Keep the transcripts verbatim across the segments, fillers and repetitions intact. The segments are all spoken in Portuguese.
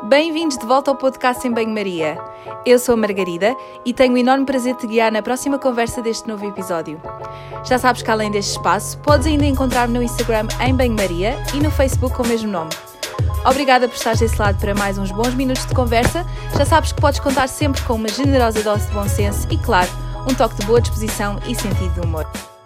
Bem-vindos de volta ao podcast Em Banho-Maria. Eu sou a Margarida e tenho o enorme prazer de te guiar na próxima conversa deste novo episódio. Já sabes que além deste espaço, podes ainda encontrar-me no Instagram Em Banho-Maria e no Facebook com o mesmo nome. Obrigada por estares desse lado para mais uns bons minutos de conversa. Já sabes que podes contar sempre com uma generosa dose de bom senso e, claro, um toque de boa disposição e sentido de humor.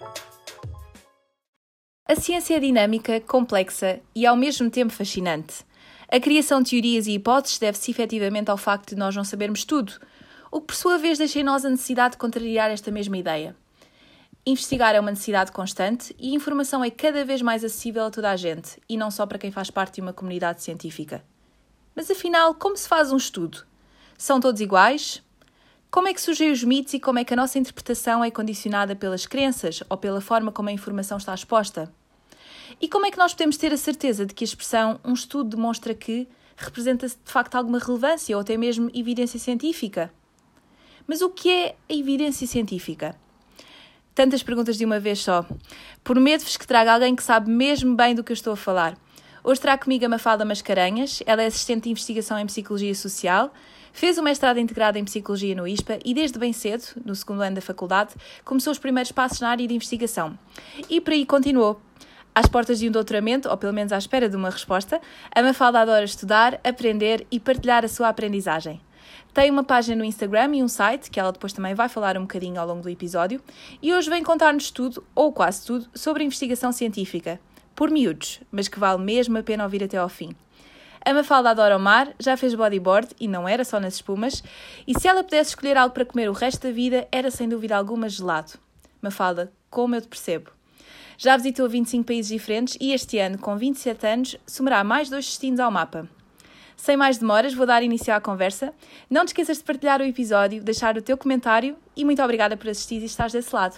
A ciência é dinâmica, complexa e ao mesmo tempo fascinante. A criação de teorias e hipóteses deve-se efetivamente ao facto de nós não sabermos tudo, o que por sua vez deixa em nós a necessidade de contrariar esta mesma ideia. Investigar é uma necessidade constante e a informação é cada vez mais acessível a toda a gente, e não só para quem faz parte de uma comunidade científica. Mas afinal, como se faz um estudo? São todos iguais? Como é que surgem os mitos e como é que a nossa interpretação é condicionada pelas crenças ou pela forma como a informação está exposta? E como é que nós podemos ter a certeza de que a expressão um estudo demonstra que representa de facto alguma relevância ou até mesmo evidência científica? Mas o que é a evidência científica? Tantas perguntas de uma vez só. Prometo-vos que trago alguém que sabe mesmo bem do que eu estou a falar. Hoje trago comigo a Mafalda Mascarenhas. Ela é assistente de investigação em Psicologia Social, fez o mestrado integrado em Psicologia no I S P A e desde bem cedo, no segundo ano da faculdade, começou os primeiros passos na área de investigação. E por aí continuou. Às portas de um doutoramento, ou pelo menos à espera de uma resposta, a Mafalda adora estudar, aprender e partilhar a sua aprendizagem. Tem uma página no Instagram e um site, que ela depois também vai falar um bocadinho ao longo do episódio, e hoje vem contar-nos tudo, ou quase tudo, sobre investigação científica. Por miúdos, mas que vale mesmo a pena ouvir até ao fim. A Mafalda adora o mar, já fez bodyboard, e não era só nas espumas, e se ela pudesse escolher algo para comer o resto da vida, era sem dúvida alguma gelado. Mafalda, como eu te percebo. Já visitou vinte e cinco países diferentes e este ano, com vinte e sete anos, somará mais dois destinos ao mapa. Sem mais demoras, vou dar início à conversa. Não te esqueças de partilhar o episódio, deixar o teu comentário e muito obrigada por assistir e estares desse lado.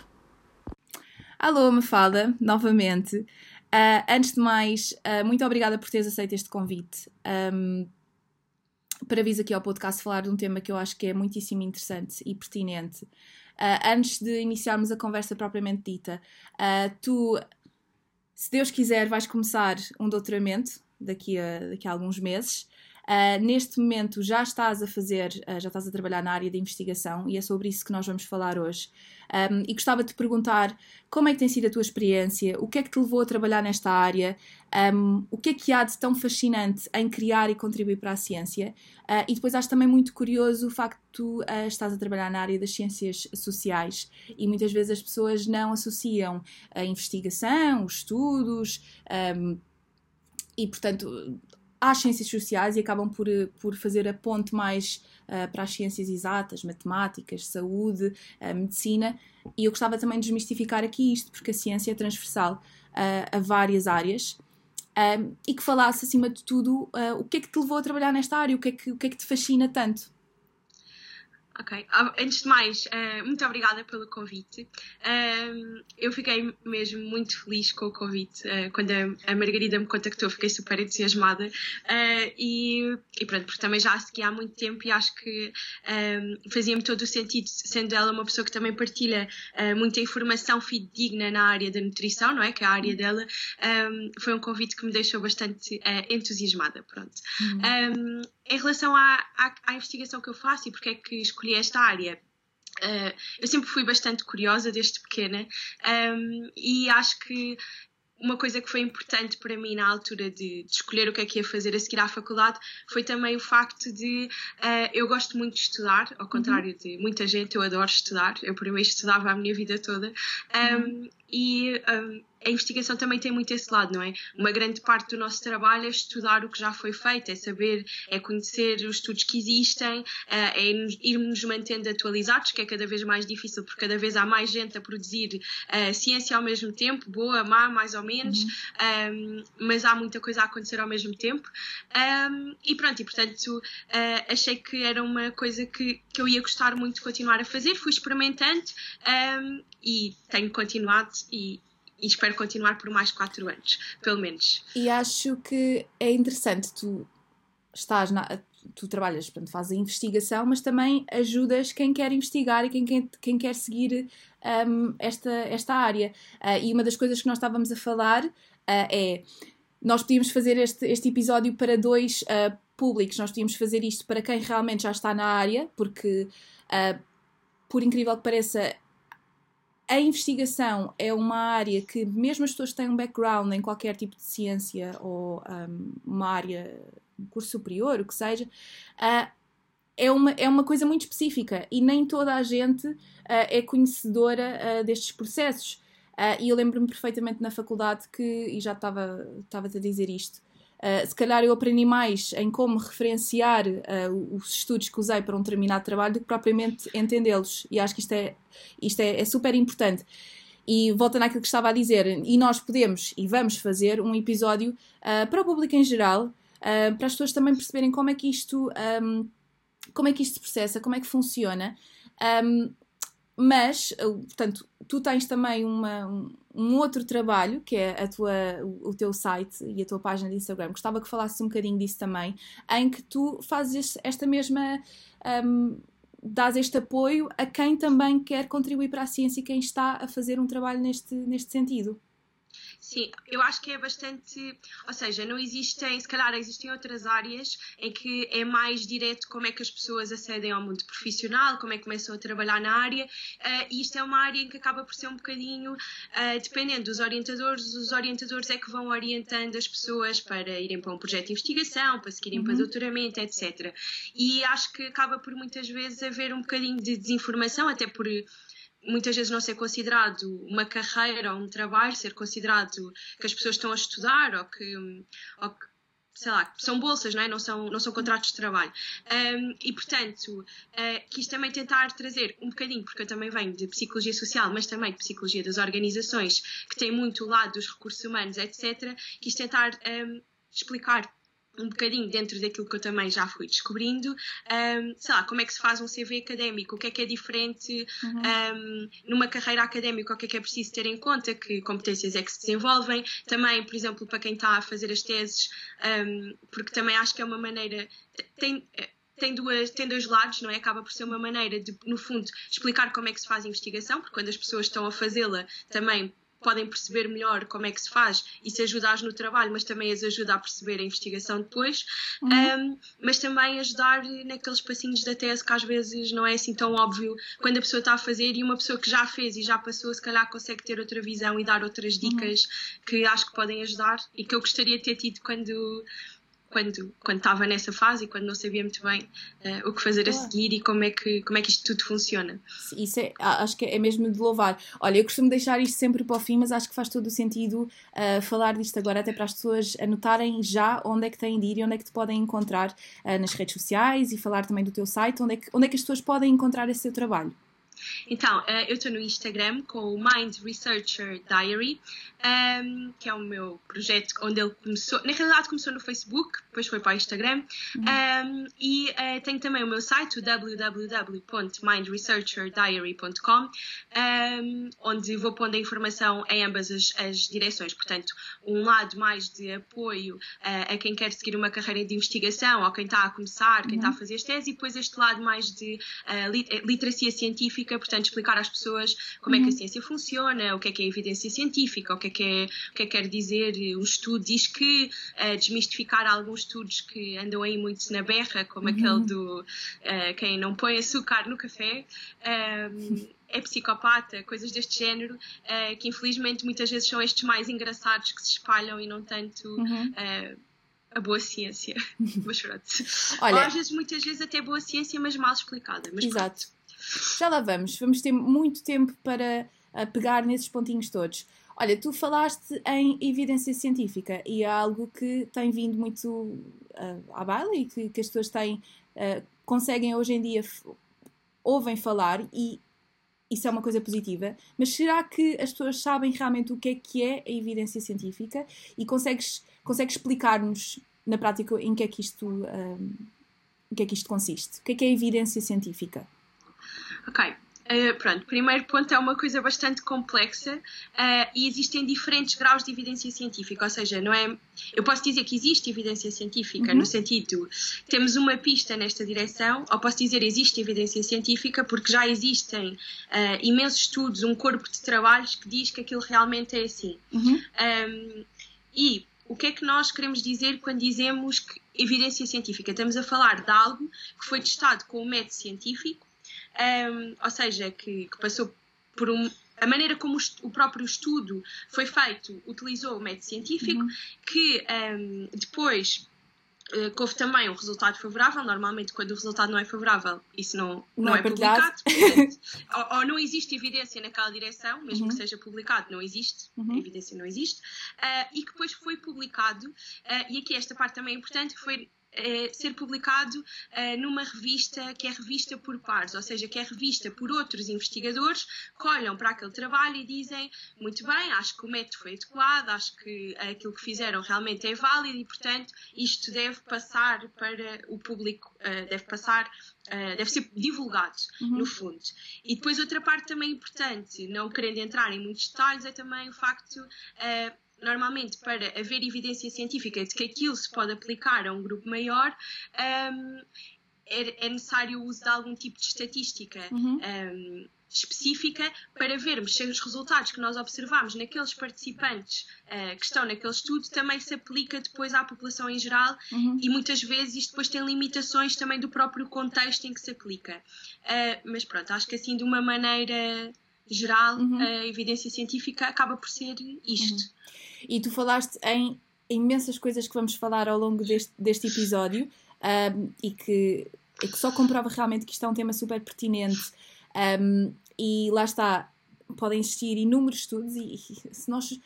Alô, Mafalda, novamente. Uh, antes de mais, uh, muito obrigada por teres aceito este convite. Um, para vir aqui ao podcast falar de um tema que eu acho que é muitíssimo interessante e pertinente. Uh, antes de iniciarmos a conversa propriamente dita, uh, tu, se Deus quiser, vais começar um doutoramento daqui a, daqui a alguns meses. Uh, neste momento já estás a fazer, uh, já estás a trabalhar na área de investigação e é sobre isso que nós vamos falar hoje. Um, e gostava de te perguntar como é que tem sido a tua experiência, o que é que te levou a trabalhar nesta área, um, o que é que há de tão fascinante em criar e contribuir para a ciência, uh, e depois acho também muito curioso o facto de tu uh, estás a trabalhar na área das ciências sociais e muitas vezes as pessoas não associam a investigação, os estudos, um, e portanto às ciências sociais e acabam por, por fazer a ponte mais uh, para as ciências exatas, matemáticas, saúde, uh, medicina, e eu gostava também de desmistificar aqui isto, porque a ciência é transversal uh, a várias áreas, um, e que falasse acima de tudo uh, o que é que te levou a trabalhar nesta área, o que é que, o que é que te fascina tanto? Ok, antes de mais, uh, muito obrigada pelo convite. Uh, eu fiquei mesmo muito feliz com o convite. Uh, quando a, a Margarida me contactou, fiquei super entusiasmada. Uh, e, e pronto, porque também já a segui há muito tempo e acho que um, fazia-me todo o sentido, sendo ela uma pessoa que também partilha uh, muita informação fidedigna na área da nutrição, não é? Que é a área dela. Um, foi um convite que me deixou bastante uh, entusiasmada, pronto. Uhum. Um, Em relação à, à, à investigação que eu faço e porque é que escolhi esta área, uh, eu sempre fui bastante curiosa desde pequena, um, e acho que uma coisa que foi importante para mim na altura de, de escolher o que é que ia fazer a seguir à faculdade foi também o facto de uh, eu gosto muito de estudar, ao contrário uhum. de muita gente, eu adoro estudar, eu primeiro estudava a minha vida toda, um, uhum. e um, a investigação também tem muito esse lado, não é? Uma grande parte do nosso trabalho é estudar o que já foi feito, é saber, é conhecer os estudos que existem, é irmos mantendo atualizados, que é cada vez mais difícil porque cada vez há mais gente a produzir uh, ciência ao mesmo tempo, boa, má, mais ou menos, uhum. um, mas há muita coisa a acontecer ao mesmo tempo. Um, e pronto, e portanto uh, achei que era uma coisa que, que eu ia gostar muito de continuar a fazer, fui experimentando um, e tenho continuado e E espero continuar por mais quatro anos, pelo menos. E acho que é interessante, tu estás na, tu trabalhas, portanto, fazes a investigação, mas também ajudas quem quer investigar e quem, quem, quem quer seguir um, esta, esta área. Uh, e uma das coisas que nós estávamos a falar uh, é, nós podíamos fazer este, este episódio para dois uh, públicos, nós podíamos fazer isto para quem realmente já está na área, porque, uh, por incrível que pareça, a investigação é uma área que, mesmo as pessoas que têm um background em qualquer tipo de ciência ou um, uma área, um curso superior, o que seja, uh, é, uma, é uma coisa muito específica e nem toda a gente uh, é conhecedora uh, destes processos. Uh, e eu lembro-me perfeitamente na faculdade que, e já estava a dizer isto, uh, se calhar eu aprendi mais em como referenciar uh, os estudos que usei para um determinado trabalho do que propriamente entendê-los. E acho que isto é, isto é, é super importante. E voltando àquilo que estava a dizer, e nós podemos e vamos fazer um episódio uh, para o público em geral, uh, para as pessoas também perceberem como é que isto, um, como é que isto se processa, como é que funciona. Um, Mas, portanto, tu tens também uma, um, um outro trabalho, que é a tua, o, o teu site e a tua página de Instagram. Gostava que falasses um bocadinho disso também, em que tu fazes esta mesma... Um, dás este apoio a quem também quer contribuir para a ciência e quem está a fazer um trabalho neste, neste sentido. Sim, eu acho que é bastante, ou seja, não existem, se calhar existem outras áreas em que é mais direto como é que as pessoas acedem ao mundo profissional, como é que começam a trabalhar na área, uh, e isto é uma área em que acaba por ser um bocadinho, uh, dependendo dos orientadores, os orientadores é que vão orientando as pessoas para irem para um projeto de investigação, para seguirem uhum. para doutoramento, etcétera. E acho que acaba por muitas vezes haver um bocadinho de desinformação, até por... muitas vezes não ser considerado uma carreira ou um trabalho, ser considerado que as pessoas estão a estudar ou que, ou que sei lá, são bolsas, não é? Não são, não são contratos de trabalho. Um, e, portanto, uh, quis também tentar trazer um bocadinho, porque eu também venho de psicologia social, mas também de psicologia das organizações, que tem muito o lado dos recursos humanos, etcétera. Quis tentar um, explicar um bocadinho dentro daquilo que eu também já fui descobrindo, um, sei lá, como é que se faz um C V académico, o que é que é diferente uhum. um, numa carreira académica, o que é que é preciso ter em conta, que competências é que se desenvolvem, também, por exemplo, para quem está a fazer as teses, um, porque também acho que é uma maneira... Tem, Tem, duas, tem dois lados, não é? Acaba por ser uma maneira de, no fundo, explicar como é que se faz a investigação, porque quando as pessoas estão a fazê-la também podem perceber melhor como é que se faz e se ajudares no trabalho, mas também as ajuda a perceber a investigação depois, uhum. um, mas também ajudar naqueles passinhos da tese que às vezes não é assim tão óbvio quando a pessoa está a fazer, e uma pessoa que já fez e já passou se calhar consegue ter outra visão e dar outras dicas uhum. que acho que podem ajudar e que eu gostaria de ter tido quando... Quando, quando estava nessa fase e quando não sabia muito bem uh, o que fazer a seguir e como é, que, como é que isto tudo funciona. Isso é, acho que é mesmo de louvar. Olha, eu costumo deixar isto sempre para o fim, mas acho que faz todo o sentido uh, falar disto agora, até para as pessoas anotarem já onde é que têm de ir e onde é que te podem encontrar uh, nas redes sociais, e falar também do teu site, onde é que, onde é que as pessoas podem encontrar esse teu trabalho. Então, uh, eu estou no Instagram com o Mind Researcher Diary, um, que é o meu projeto onde ele começou. Na realidade começou no Facebook, depois foi para o Instagram. Uhum. Um, e uh, tenho também o meu site, o w w w ponto mind researcher diary ponto com, um, onde vou pondo a informação em ambas as, as direções. Portanto, um lado mais de apoio uh, a quem quer seguir uma carreira de investigação, ou quem está a começar, quem uhum. está a fazer as teses, e depois este lado mais de uh, literacia científica, portanto explicar às pessoas como uhum. é que a ciência funciona, o que é que é evidência científica, o que é que, é, o que, é que quer dizer um estudo, diz que uh, desmistificar alguns estudos que andam aí muito na berra, como uhum. aquele do uh, quem não põe açúcar no café, um, é psicopata, coisas deste género, uh, que infelizmente muitas vezes são estes mais engraçados que se espalham e não tanto... Uhum. Uh, a boa ciência, mas pronto. Olha, ou às vezes, muitas vezes até boa ciência, mas mal explicada. Mas exato. Pronto. Já lá vamos. Vamos ter muito tempo para uh, pegar nesses pontinhos todos. Olha, tu falaste em evidência científica e é algo que tem vindo muito uh, à baila e que, que as pessoas têm, uh, conseguem hoje em dia, f- ouvem falar, e isso é uma coisa positiva, mas será que as pessoas sabem realmente o que é que é a evidência científica e consegues, consegues explicar-nos na prática em que é que isto, um, em que é que isto consiste? O que é que é a evidência científica? Ok, uh, pronto, primeiro ponto, é uma coisa bastante complexa uh, e existem diferentes graus de evidência científica, ou seja, não é, eu posso dizer que existe evidência científica uhum. no sentido, temos uma pista nesta direção, ou posso dizer existe evidência científica porque já existem uh, imensos estudos, um corpo de trabalhos que diz que aquilo realmente é assim. Uhum. Um, e o que é que nós queremos dizer quando dizemos que evidência científica? Estamos a falar de algo que foi testado com um método científico, um, ou seja, que, que passou por um... A maneira como o próprio estudo foi feito utilizou o método científico, uhum. que um, depois uh, houve também um resultado favorável. Normalmente, quando o resultado não é favorável, isso não, não, não é, é publicado. Portanto, ou, ou não existe evidência naquela direção, mesmo uhum. que seja publicado, não existe. Uhum. A evidência não existe. Uh, e que depois foi publicado, uh, e aqui esta parte também é importante, que foi É ser publicado uh, numa revista que é revista por pares, ou seja, que é revista por outros investigadores que olham para aquele trabalho e dizem muito bem, acho que o método foi adequado, acho que aquilo que fizeram realmente é válido e, portanto, isto deve passar para o público, uh, deve passar, uh, deve ser divulgado, uhum. no fundo. E depois outra parte também importante, não querendo entrar em muitos detalhes, é também o facto... Uh, Normalmente, para haver evidência científica de que aquilo se pode aplicar a um grupo maior, um, é, é necessário o uso de algum tipo de estatística uhum. um, específica para vermos se os resultados que nós observamos naqueles participantes uh, que estão naquele estudo também se aplica depois à população em geral uhum. e muitas vezes isto depois tem limitações também do próprio contexto em que se aplica. Uh, mas pronto, acho que assim de uma maneira geral uhum. a evidência científica acaba por ser isto. Uhum. E tu falaste em imensas coisas que vamos falar ao longo deste, deste episódio um, e, que, e que só comprova realmente que isto é um tema super pertinente um, e lá está, podem existir inúmeros estudos e, e se nós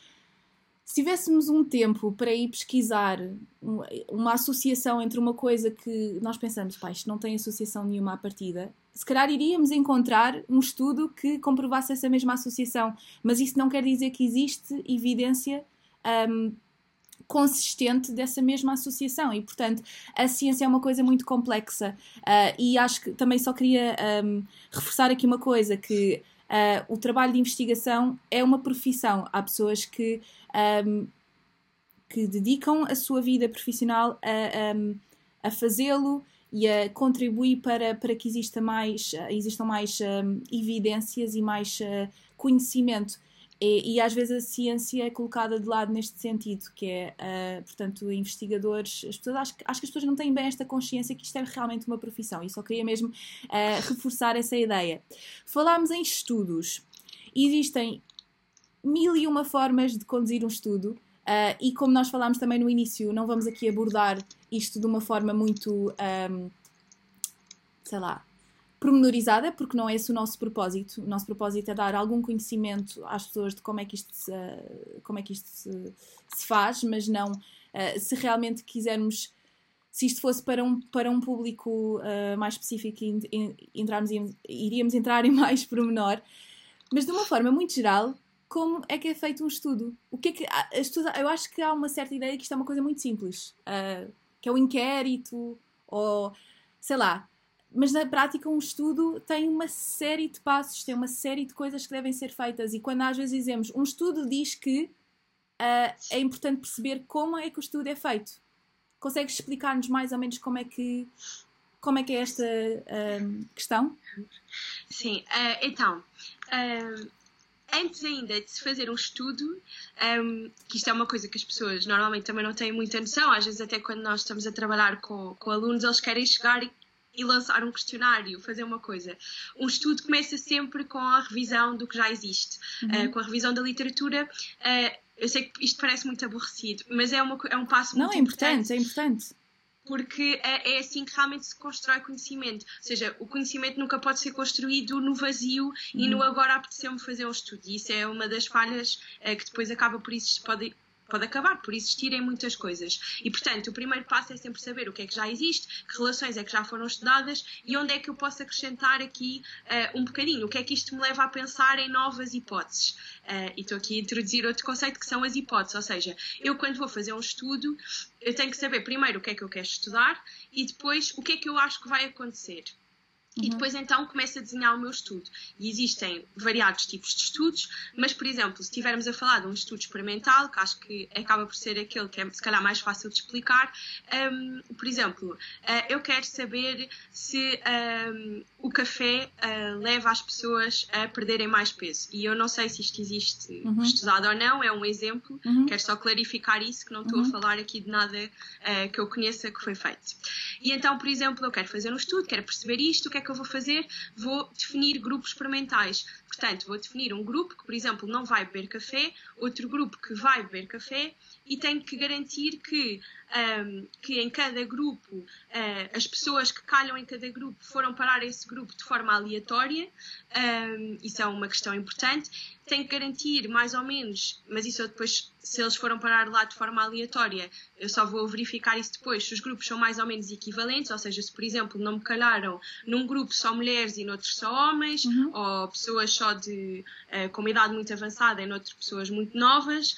se tivéssemos um tempo para ir pesquisar uma, uma associação entre uma coisa que nós pensamos, pá, isto não tem associação nenhuma à partida, se calhar iríamos encontrar um estudo que comprovasse essa mesma associação, mas isso não quer dizer que existe evidência um, consistente dessa mesma associação e, portanto, a ciência é uma coisa muito complexa uh, e acho que também só queria um, reforçar aqui uma coisa, que uh, o trabalho de investigação é uma profissão. Há pessoas que, um, que dedicam a sua vida profissional a, um, a fazê-lo e a contribuir para, para que exista mais, existam mais um, evidências e mais uh, conhecimento. E, e às vezes a ciência é colocada de lado neste sentido, que é, uh, portanto, investigadores... As pessoas, acho, acho que as pessoas não têm bem esta consciência que isto é realmente uma profissão. E só queria mesmo uh, reforçar essa ideia. Falámos em estudos. Existem mil e uma formas de conduzir um estudo. Uh, e como nós falámos também no início, não vamos aqui abordar isto de uma forma muito, um, sei lá, pormenorizada, porque não é esse o nosso propósito. O nosso propósito é dar algum conhecimento às pessoas de como é que isto se, como é que isto se, se faz, mas não, uh, se realmente quisermos, se isto fosse para um, para um público uh, mais específico, in, in, entrarmos, iríamos entrar em mais pormenor, mas de uma forma muito geral. Como é que é feito um estudo? O que é que, eu acho que há uma certa ideia que isto é uma coisa muito simples, uh, que é o inquérito, ou sei lá, mas na prática um estudo tem uma série de passos, tem uma série de coisas que devem ser feitas, e quando às vezes dizemos um estudo diz que uh, é importante perceber como é que o estudo é feito. Consegues explicar-nos mais ou menos como é que, como é, que é esta uh, questão? Sim, uh, então... Uh... Antes ainda de se fazer um estudo, um, que isto é uma coisa que as pessoas normalmente também não têm muita noção, às vezes até quando nós estamos a trabalhar com, com alunos, eles querem chegar e, e lançar um questionário, fazer uma coisa. Um estudo começa sempre com a revisão do que já existe, uhum. uh, com a revisão da literatura. Uh, eu sei que isto parece muito aborrecido, mas é, uma, é um passo muito não, é importante. Não, é importante, é importante. Porque é assim que realmente se constrói conhecimento. Ou seja, o conhecimento nunca pode ser construído no vazio uhum. e no agora apeteceu-me fazer um estudo. E isso é uma das falhas é, que depois acaba por isso, pode, pode acabar por existirem muitas coisas. E, portanto, o primeiro passo é sempre saber o que é que já existe, que relações é que já foram estudadas e onde é que eu posso acrescentar aqui uh, um bocadinho. O que é que isto me leva a pensar em novas hipóteses. Uh, e estou aqui a introduzir outro conceito que são as hipóteses. Ou seja, eu quando vou fazer um estudo, eu tenho que saber primeiro o que é que eu quero estudar e depois o que é que eu acho que vai acontecer. E depois então começo a desenhar o meu estudo. E existem variados tipos de estudos, mas, por exemplo, se estivermos a falar de um estudo experimental, que acho que acaba por ser aquele que é se calhar mais fácil de explicar, um, por exemplo, uh, eu quero saber se um, o café uh, leva as pessoas a perderem mais peso. E eu não sei se isto existe uhum. estudado ou não, é um exemplo, uhum. quero só clarificar isso, que não estou uhum. a falar aqui de nada uh, que eu conheça que foi feito. E então, por exemplo, eu quero fazer um estudo, quero perceber isto, o que é que eu vou fazer? Vou definir grupos experimentais. Portanto, vou definir um grupo que, por exemplo, não vai beber café, outro grupo que vai beber café, e tenho que garantir que, um, que em cada grupo, uh, as pessoas que calham em cada grupo foram parar esse grupo de forma aleatória. Um, isso é uma questão importante. Tenho que garantir mais ou menos, mas isso eu depois, se eles foram parar lá de forma aleatória, eu só vou verificar isso depois, se os grupos são mais ou menos equivalentes, ou seja, se por exemplo não me calharam num grupo só mulheres e noutros só homens, uhum. ou pessoas só de, uh, com uma idade muito avançada e noutras pessoas muito novas,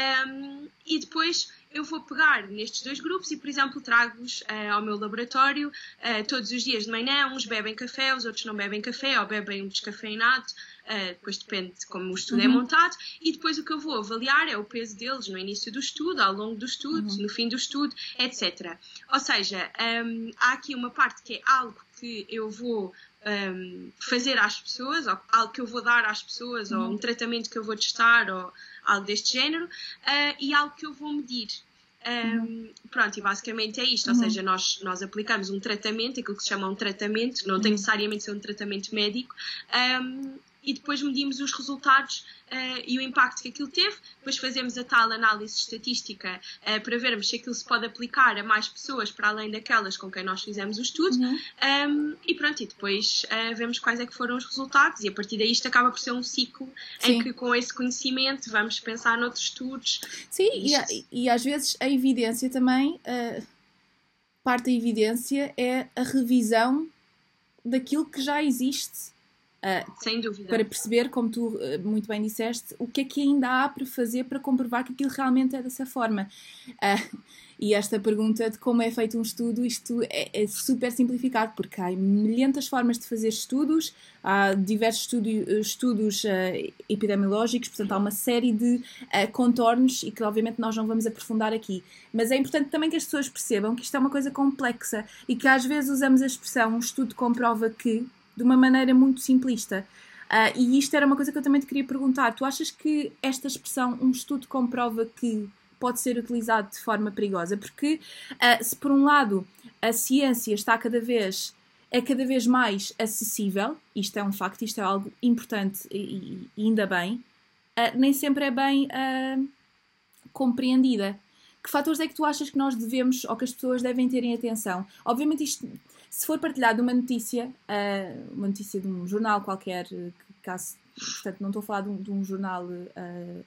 um, e depois eu vou pegar nestes dois grupos e, por exemplo, trago-os uh, ao meu laboratório uh, todos os dias de manhã. Uns bebem café, os outros não bebem café ou bebem um descafeinado, uh, depois depende de como o estudo uhum. é montado. E depois o que eu vou avaliar é o peso deles no início do estudo, ao longo do estudo, uhum. no fim do estudo, etcétera. Ou seja, um, há aqui uma parte que é algo que eu vou um, fazer às pessoas, ou algo que eu vou dar às pessoas, uhum. ou um tratamento que eu vou testar, ou algo deste género, uh, e algo que eu vou medir. Um, uhum. Pronto, e basicamente é isto, uhum. ou seja, nós, nós aplicamos um tratamento, aquilo que se chama um tratamento, não uhum. tem necessariamente ser um tratamento médico, um, e depois medimos os resultados uh, e o impacto que aquilo teve, depois fazemos a tal análise estatística uh, para vermos se aquilo se pode aplicar a mais pessoas para além daquelas com quem nós fizemos o estudo, uhum. um, e pronto, e depois uh, vemos quais é que foram os resultados, e a partir daí isto acaba por ser um ciclo Sim. em que com esse conhecimento vamos pensar noutros estudos. Sim, e, a, e às vezes a evidência também, uh, parte da evidência é a revisão daquilo que já existe. Uh, Sem dúvida. Para perceber, como tu uh, muito bem disseste, o que é que ainda há para fazer para comprovar que aquilo realmente é dessa forma. Uh, e esta pergunta de como é feito um estudo, isto é, é super simplificado, porque há milhentas formas de fazer estudos, há diversos estudo, estudos uh, epidemiológicos, portanto há uma série de uh, contornos e que obviamente nós não vamos aprofundar aqui. Mas é importante também que as pessoas percebam que isto é uma coisa complexa e que às vezes usamos a expressão um estudo comprova que, de uma maneira muito simplista. Uh, e isto era uma coisa que eu também te queria perguntar. Tu achas que esta expressão, um estudo comprova que, pode ser utilizado de forma perigosa? Porque, uh, se por um lado a ciência está cada vez, é cada vez mais acessível, isto é um facto, isto é algo importante e, e ainda bem, uh, nem sempre é bem uh, compreendida. Que fatores é que tu achas que nós devemos, ou que as pessoas devem ter em atenção? Obviamente isto, se for partilhado uma notícia, uh, uma notícia de um jornal qualquer, que caso, portanto não estou a falar de um, de um jornal, uh,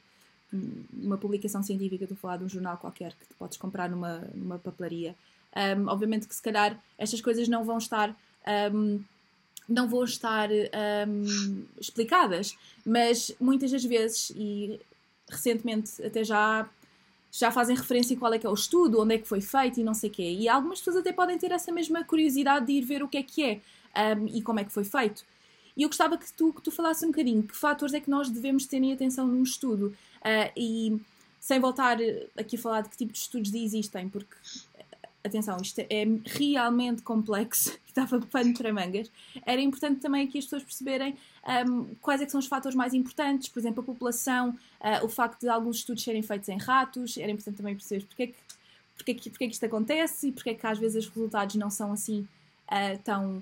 uma publicação científica, estou a falar de um jornal qualquer que tu podes comprar numa, numa papelaria. Um, obviamente que se calhar estas coisas não vão estar... Um, não vão estar um, explicadas, mas muitas das vezes, e recentemente até já... já fazem referência a qual é que é o estudo, onde é que foi feito e não sei o quê. E algumas pessoas até podem ter essa mesma curiosidade de ir ver o que é que é um, e como é que foi feito. E eu gostava que tu, que tu falasses um bocadinho que fatores é que nós devemos ter em atenção num estudo. Uh, e sem voltar aqui a falar de que tipo de estudos existem, porque, atenção, isto é realmente complexo, estava pano para mangas. Era importante também que as pessoas perceberem um, quais é que são os fatores mais importantes, por exemplo, a população, uh, o facto de alguns estudos serem feitos em ratos. Era importante também perceber porque é que, porque é que, porque é que isto acontece e porque é que às vezes os resultados não são assim uh, tão...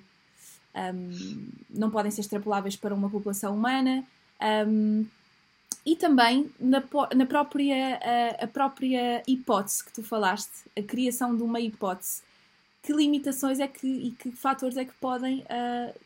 Um, não podem ser extrapoláveis para uma população humana. Um, e também na, na própria, a, a própria hipótese que tu falaste, a criação de uma hipótese, que limitações é que, e que fatores é que podem uh,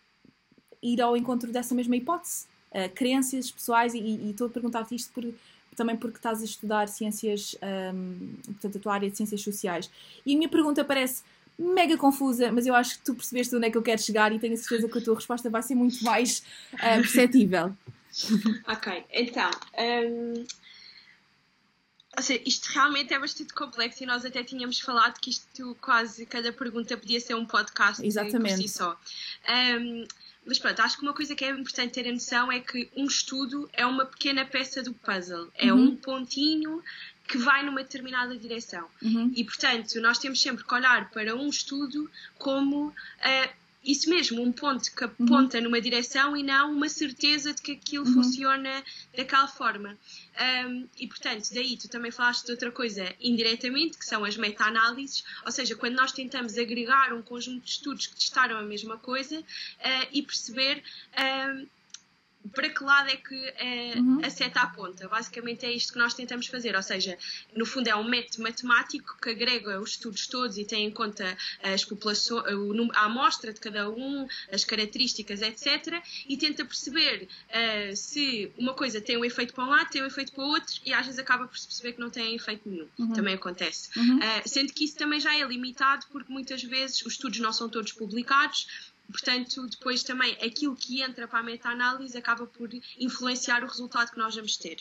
ir ao encontro dessa mesma hipótese? Uh, crenças pessoais, e, e estou a perguntar-te isto por, também porque estás a estudar ciências, um, portanto a tua área de ciências sociais. E a minha pergunta parece mega confusa, mas eu acho que tu percebeste onde é que eu quero chegar e tenho a certeza que a tua resposta vai ser muito mais uh, perceptível. Ok, então... Um... Ou seja, isto realmente é bastante complexo e nós até tínhamos falado que isto quase, cada pergunta podia ser um podcast Exatamente. por si só. Um, mas pronto, acho que uma coisa que é importante ter a noção é que um estudo é uma pequena peça do puzzle, é uhum. um pontinho que vai numa determinada direção. Uhum. E, portanto, nós temos sempre que olhar para um estudo como uh, isso mesmo, um ponto que aponta uhum. numa direção e não uma certeza de que aquilo uhum. funciona daquela forma. Um, e, portanto, daí tu também falaste de outra coisa indiretamente, que são as meta-análises, ou seja, quando nós tentamos agregar um conjunto de estudos que testaram a mesma coisa uh, e perceber... Um, para que lado é que é, uhum. a seta aponta. Basicamente é isto que nós tentamos fazer, ou seja, no fundo é um método matemático que agrega os estudos todos e tem em conta as populações, a amostra de cada um, as características, etcétera, e tenta perceber uh, se uma coisa tem um efeito para um lado, tem um efeito para o outro, e às vezes acaba por se perceber que não tem efeito nenhum. Uhum. Também acontece. Uhum. Uh, sendo que isso também já é limitado, porque muitas vezes os estudos não são todos publicados. Portanto, depois também aquilo que entra para a meta-análise acaba por influenciar o resultado que nós vamos ter.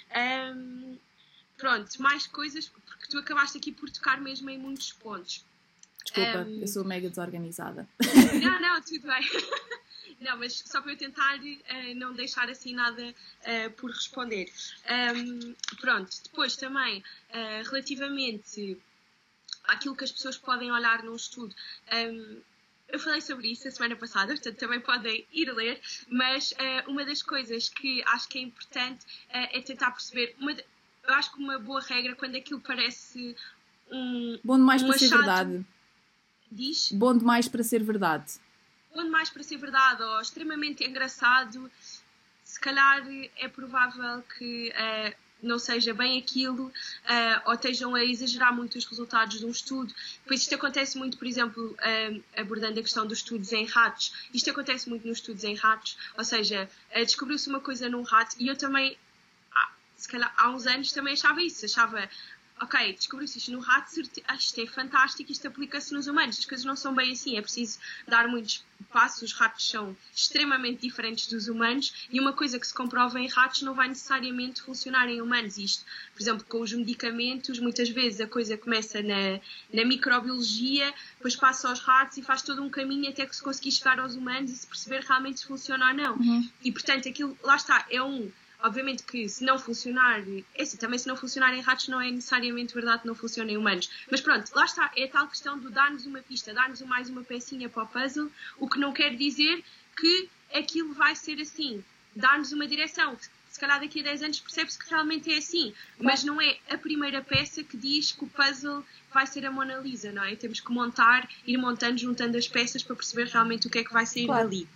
Um, pronto, mais coisas, porque tu acabaste aqui por tocar mesmo em muitos pontos. Desculpa, um, eu sou mega desorganizada. Não, não, tudo bem. Não, mas só para eu tentar uh, não deixar assim nada uh, por responder. Um, pronto, depois também, uh, relativamente àquilo que as pessoas podem olhar num estudo... Um, Eu falei sobre isso a semana passada, portanto também podem ir ler, mas uh, uma das coisas que acho que é importante uh, é tentar perceber, uma, eu acho que uma boa regra, quando aquilo parece um... Bom demais um para achado, ser verdade. Diz? Bom demais para ser verdade. Bom demais para ser verdade, ou extremamente engraçado, se calhar é provável que... Uh, não seja bem aquilo, uh, ou estejam a exagerar muito os resultados de um estudo. Pois isto acontece muito, por exemplo, uh, abordando a questão dos estudos em ratos. Isto acontece muito nos estudos em ratos, ou seja, uh, descobriu-se uma coisa num rato, e eu também, ah, se calhar há uns anos também achava isso, achava... Ok, descobriu-se isto no rato, ah, isto é fantástico, isto aplica-se nos humanos. As coisas não são bem assim, é preciso dar muitos passos. Os ratos são extremamente diferentes dos humanos e uma coisa que se comprova em ratos não vai necessariamente funcionar em humanos. Isto, por exemplo, com os medicamentos, muitas vezes a coisa começa na, na microbiologia, depois passa aos ratos e faz todo um caminho até que se conseguir chegar aos humanos e se perceber realmente se funciona ou não. Uhum. E, portanto, aquilo, lá está, é um... Obviamente que se não funcionar, é assim, também se não funcionar em ratos não é necessariamente verdade que não funciona em humanos. Mas pronto, lá está, é a tal questão de dar-nos uma pista, dar-nos mais uma pecinha para o puzzle, o que não quer dizer que aquilo vai ser assim, dar-nos uma direção. Se calhar daqui a dez anos percebe-se que realmente é assim, mas não é a primeira peça que diz que o puzzle vai ser a Mona Lisa, não é? Temos que montar, ir montando, juntando as peças para perceber realmente o que é que vai sair claro. dali.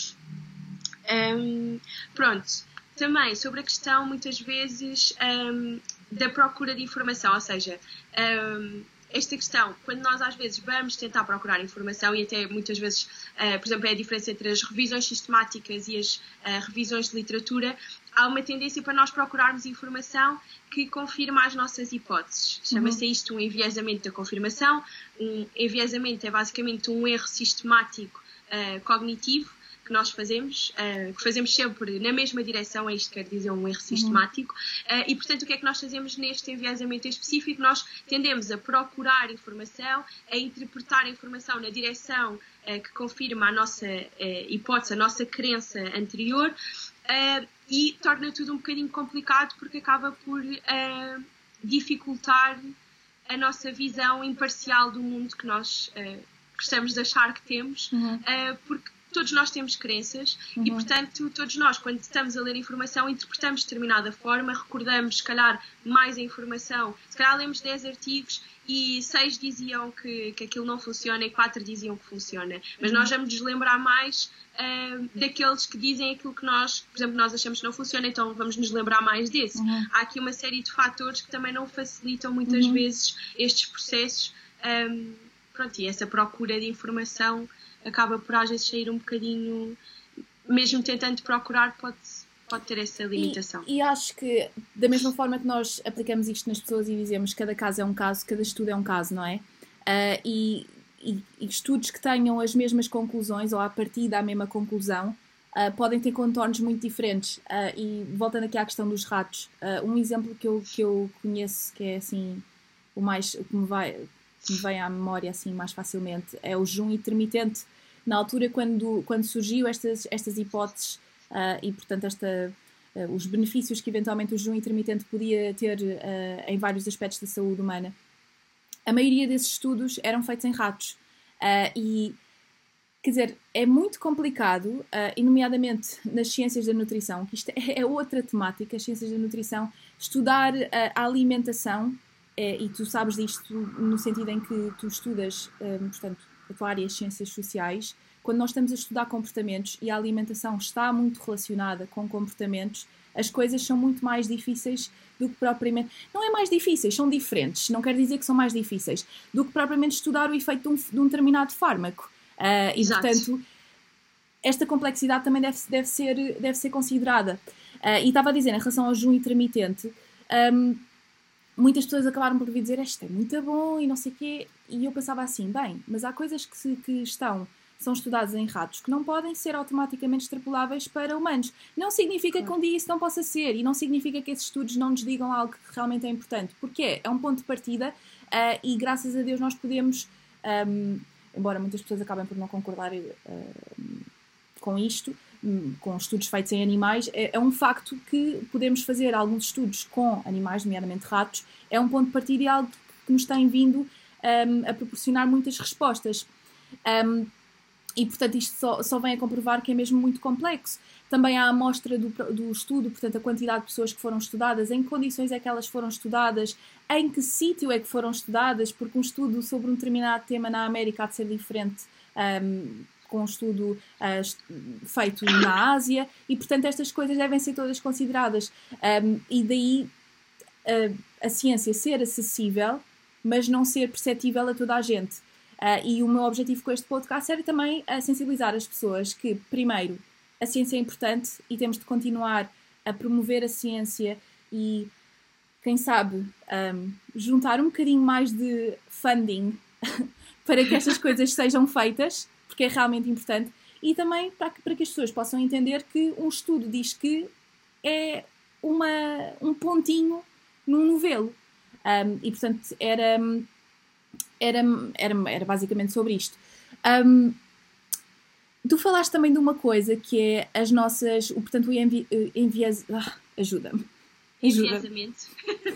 Um, pronto. Também sobre a questão, muitas vezes, um, da procura de informação, ou seja, um, esta questão, quando nós às vezes vamos tentar procurar informação, e até muitas vezes, uh, por exemplo, é a diferença entre as revisões sistemáticas e as uh, revisões de literatura, há uma tendência para nós procurarmos informação que confirma as nossas hipóteses. Chama-se uhum. isto um enviesamento da confirmação. Um enviesamento é basicamente um erro sistemático uh, cognitivo, que nós fazemos, uh, que fazemos sempre na mesma direção, é isto que quer dizer um erro sistemático, uhum. uh, e portanto o que é que nós fazemos neste enviesamento específico? Nós tendemos a procurar informação, a interpretar a informação na direção uh, que confirma a nossa uh, hipótese, a nossa crença anterior, uh, e torna tudo um bocadinho complicado porque acaba por uh, dificultar a nossa visão imparcial do mundo que nós uh, gostamos de achar que temos, uhum. uh, porque todos nós temos crenças uhum. e, portanto, todos nós, quando estamos a ler informação, interpretamos de determinada forma, recordamos, se calhar, mais a informação. Se calhar lemos dez artigos e seis diziam que, que aquilo não funciona e quatro diziam que funciona. Mas uhum. nós vamos nos lembrar mais uh, daqueles que dizem aquilo que nós, por exemplo, nós achamos que não funciona, então vamos nos lembrar mais desse. Uhum. Há aqui uma série de fatores que também não facilitam muitas uhum. vezes estes processos. Um, pronto, e essa procura de informação acaba por às vezes sair um bocadinho, mesmo tentando procurar, pode, pode ter essa limitação. E, e acho que, da mesma forma que nós aplicamos isto nas pessoas e dizemos que cada caso é um caso, cada estudo é um caso, não é? Uh, e, e, e estudos que tenham as mesmas conclusões, ou a partir da mesma conclusão, uh, podem ter contornos muito diferentes. Uh, e voltando aqui à questão dos ratos, uh, um exemplo que eu, que eu conheço, que é assim, o mais, o que me vai, que me vem à memória assim mais facilmente, é o jejum intermitente. Na altura, quando, quando surgiu estas, estas hipóteses uh, e, portanto, esta, uh, os benefícios que eventualmente o jejum intermitente podia ter uh, em vários aspectos da saúde humana, a maioria desses estudos eram feitos em ratos. Uh, e, quer dizer, é muito complicado, uh, e nomeadamente nas ciências da nutrição, que isto é, é outra temática, as ciências da nutrição, estudar uh, a alimentação, é, e tu sabes disto no sentido em que tu estudas, um, portanto, a tua área, as ciências sociais, quando nós estamos a estudar comportamentos e a alimentação está muito relacionada com comportamentos, as coisas são muito mais difíceis do que propriamente... Não é mais difíceis, são diferentes, não quer dizer que são mais difíceis, do que propriamente estudar o efeito de um, de um determinado fármaco. Uh, e, portanto, esta complexidade também deve, deve, ser, deve ser considerada. Uh, e estava a dizer, em relação ao jejum intermitente... Um, muitas pessoas acabaram por vir dizer isto é muito bom e não sei o quê, e eu pensava assim, bem, mas há coisas que, se, que estão, são estudadas em ratos que não podem ser automaticamente extrapoláveis para humanos. Não significa que um dia isso não possa ser, e não significa que esses estudos não nos digam algo que realmente é importante, porque é, é um ponto de partida uh, e graças a Deus nós podemos, um, embora muitas pessoas acabem por não concordar uh, com isto, com estudos feitos em animais, é, é um facto que podemos fazer alguns estudos com animais, nomeadamente ratos, é um ponto de partida e algo que nos tem vindo um, a proporcionar muitas respostas. Um, e, portanto, isto só, só vem a comprovar que é mesmo muito complexo. Também há a amostra do, do estudo, portanto, a quantidade de pessoas que foram estudadas, em que condições é que elas foram estudadas, em que sítio é que foram estudadas, porque um estudo sobre um determinado tema na América há de ser diferente um, com um estudo uh, feito na Ásia, e portanto estas coisas devem ser todas consideradas, um, e daí uh, a ciência ser acessível, mas não ser perceptível a toda a gente. Uh, e o meu objetivo com este podcast era também uh, sensibilizar as pessoas que, primeiro, a ciência é importante e temos de continuar a promover a ciência e, quem sabe, um, juntar um bocadinho mais de funding para que estas coisas sejam feitas, porque é realmente importante, e também para que, para que as pessoas possam entender que um estudo diz que é uma, um pontinho num novelo. Um, e, portanto, era, era, era, era basicamente sobre isto. Um, tu falaste também de uma coisa que é as nossas... O, portanto, o envi, envies... Ah, ajuda-me. Enviesamento.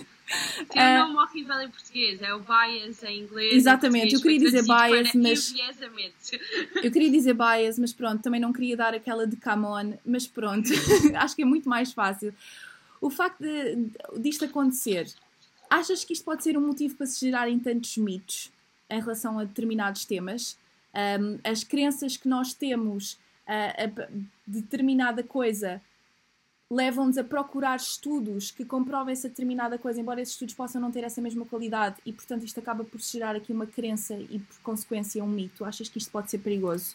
Tem um nome horrível em português, é o bias em inglês. Exatamente, eu queria dizer bias, mas... Enviesamento. Eu queria dizer bias, mas pronto, também não queria dar aquela de come on, mas pronto, acho que é muito mais fácil. O facto de, de, disto acontecer, achas que isto pode ser um motivo para se gerarem tantos mitos em relação a determinados temas? Um, as crenças que nós temos uh, a, de determinada coisa levam-nos a procurar estudos que comprovem essa determinada coisa, embora esses estudos possam não ter essa mesma qualidade, e portanto isto acaba por gerar aqui uma crença e por consequência um mito. Achas que isto pode ser perigoso?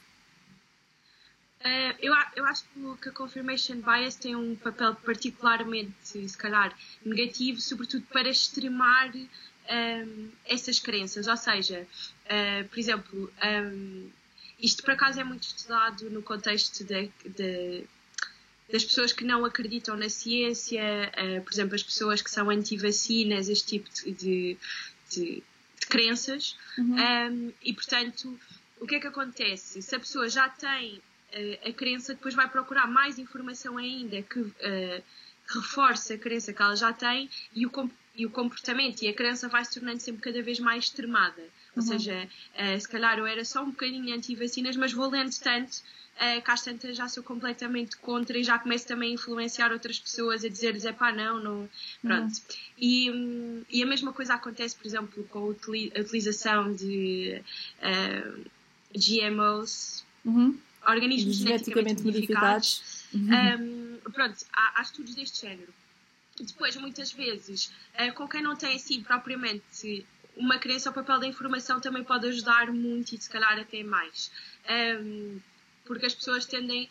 Uh, eu, eu acho que a confirmation bias tem um papel particularmente, se calhar, negativo, sobretudo para extremar um, essas crenças. Ou seja, uh, por exemplo, um, isto por acaso é muito estudado no contexto de, de das pessoas que não acreditam na ciência, uh, por exemplo, as pessoas que são anti-vacinas, este tipo de, de, de, de crenças. Uhum. Um, e, portanto, o que é que acontece? Se a pessoa já tem uh, a crença, depois vai procurar mais informação ainda que uh, reforce a crença que ela já tem, e o, e o comportamento e a crença vai se tornando sempre cada vez mais extremada. Ou uhum. seja, uh, se calhar eu era só um bocadinho anti-vacinas, mas vou lendo tanto, Uh, que às tantas já sou completamente contra e já começo também a influenciar outras pessoas a dizer-lhes, é pá, não, não, pronto. Uhum. E, um, e a mesma coisa acontece, por exemplo, com a, utili- a utilização de uh, G M Os, uhum. organismos geneticamente, geneticamente modificados. modificados. Uhum. Um, pronto, há, há estudos deste género. Depois, muitas vezes, uh, com quem não tem assim propriamente uma crença, o papel da informação também pode ajudar muito e se calhar até mais. Um, porque as pessoas tendem,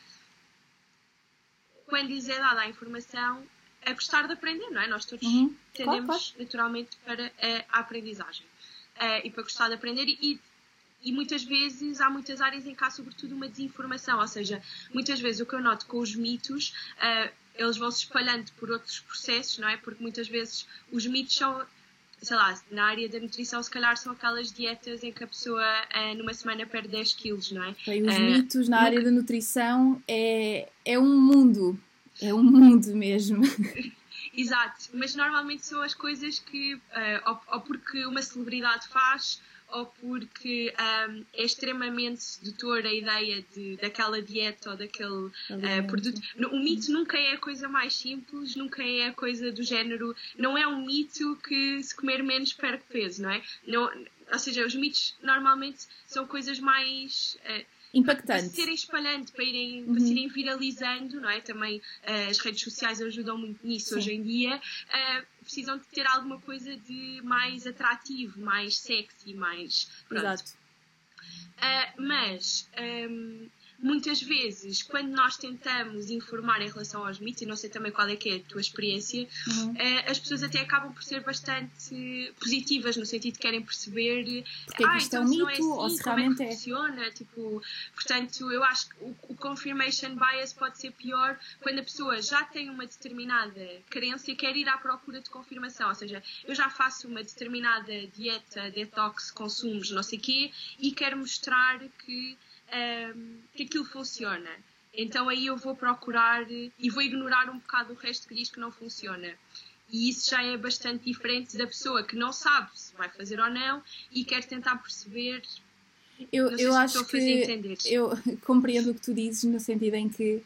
quando lhes é dada a informação, a gostar de aprender, não é? Nós todos uhum. tendemos claro, claro. naturalmente para a, a aprendizagem uh, e para gostar de aprender, e e muitas vezes há muitas áreas em que há sobretudo uma desinformação, ou seja, muitas vezes o que eu noto com os mitos, uh, eles vão se espalhando por outros processos, não é? Porque muitas vezes os mitos são, sei lá, na área da nutrição se calhar são aquelas dietas em que a pessoa uh, numa semana perde dez quilos, não é? Bem, os uh, mitos na nunca... área da nutrição é, é um mundo, é um mundo mesmo. Exato, mas normalmente são as coisas que, uh, ou, ou porque uma celebridade faz, ou porque um, é extremamente sedutora a ideia de, daquela dieta ou daquele uh, produto. O mito nunca é a coisa mais simples, nunca é a coisa do género, não é um mito que se comer menos perde peso, não é? Não, ou seja, os mitos normalmente são coisas mais... Uh, impactantes. Para se irem espalhando, para, irem, uhum. para se irem viralizando, não é? Também uh, as redes sociais ajudam muito nisso. Sim. Hoje em dia. Uh, precisam de ter alguma coisa de mais atrativo, mais sexy, mais... Pronto. Exato. Uh, mas... Um, muitas vezes, quando nós tentamos informar em relação aos mitos, e não sei também qual é que é a tua experiência, uhum. uh, as pessoas até acabam por ser bastante positivas, no sentido de querem perceber porque ah, isto então, é um mito, não é assim, ou se como realmente é que funciona, tipo, portanto, eu acho que o, o confirmation bias pode ser pior quando a pessoa já tem uma determinada carência e quer ir à procura de confirmação, ou seja, eu já faço uma determinada dieta, detox, consumos, não sei o quê, e quero mostrar que Um, que aquilo funciona. Então aí eu vou procurar e vou ignorar um bocado o resto que diz que não funciona. E isso já é bastante diferente da pessoa que não sabe se vai fazer ou não e quer tentar perceber. Eu, não sei eu se acho estou a fazer que entender. Eu compreendo o que tu dizes, no sentido em que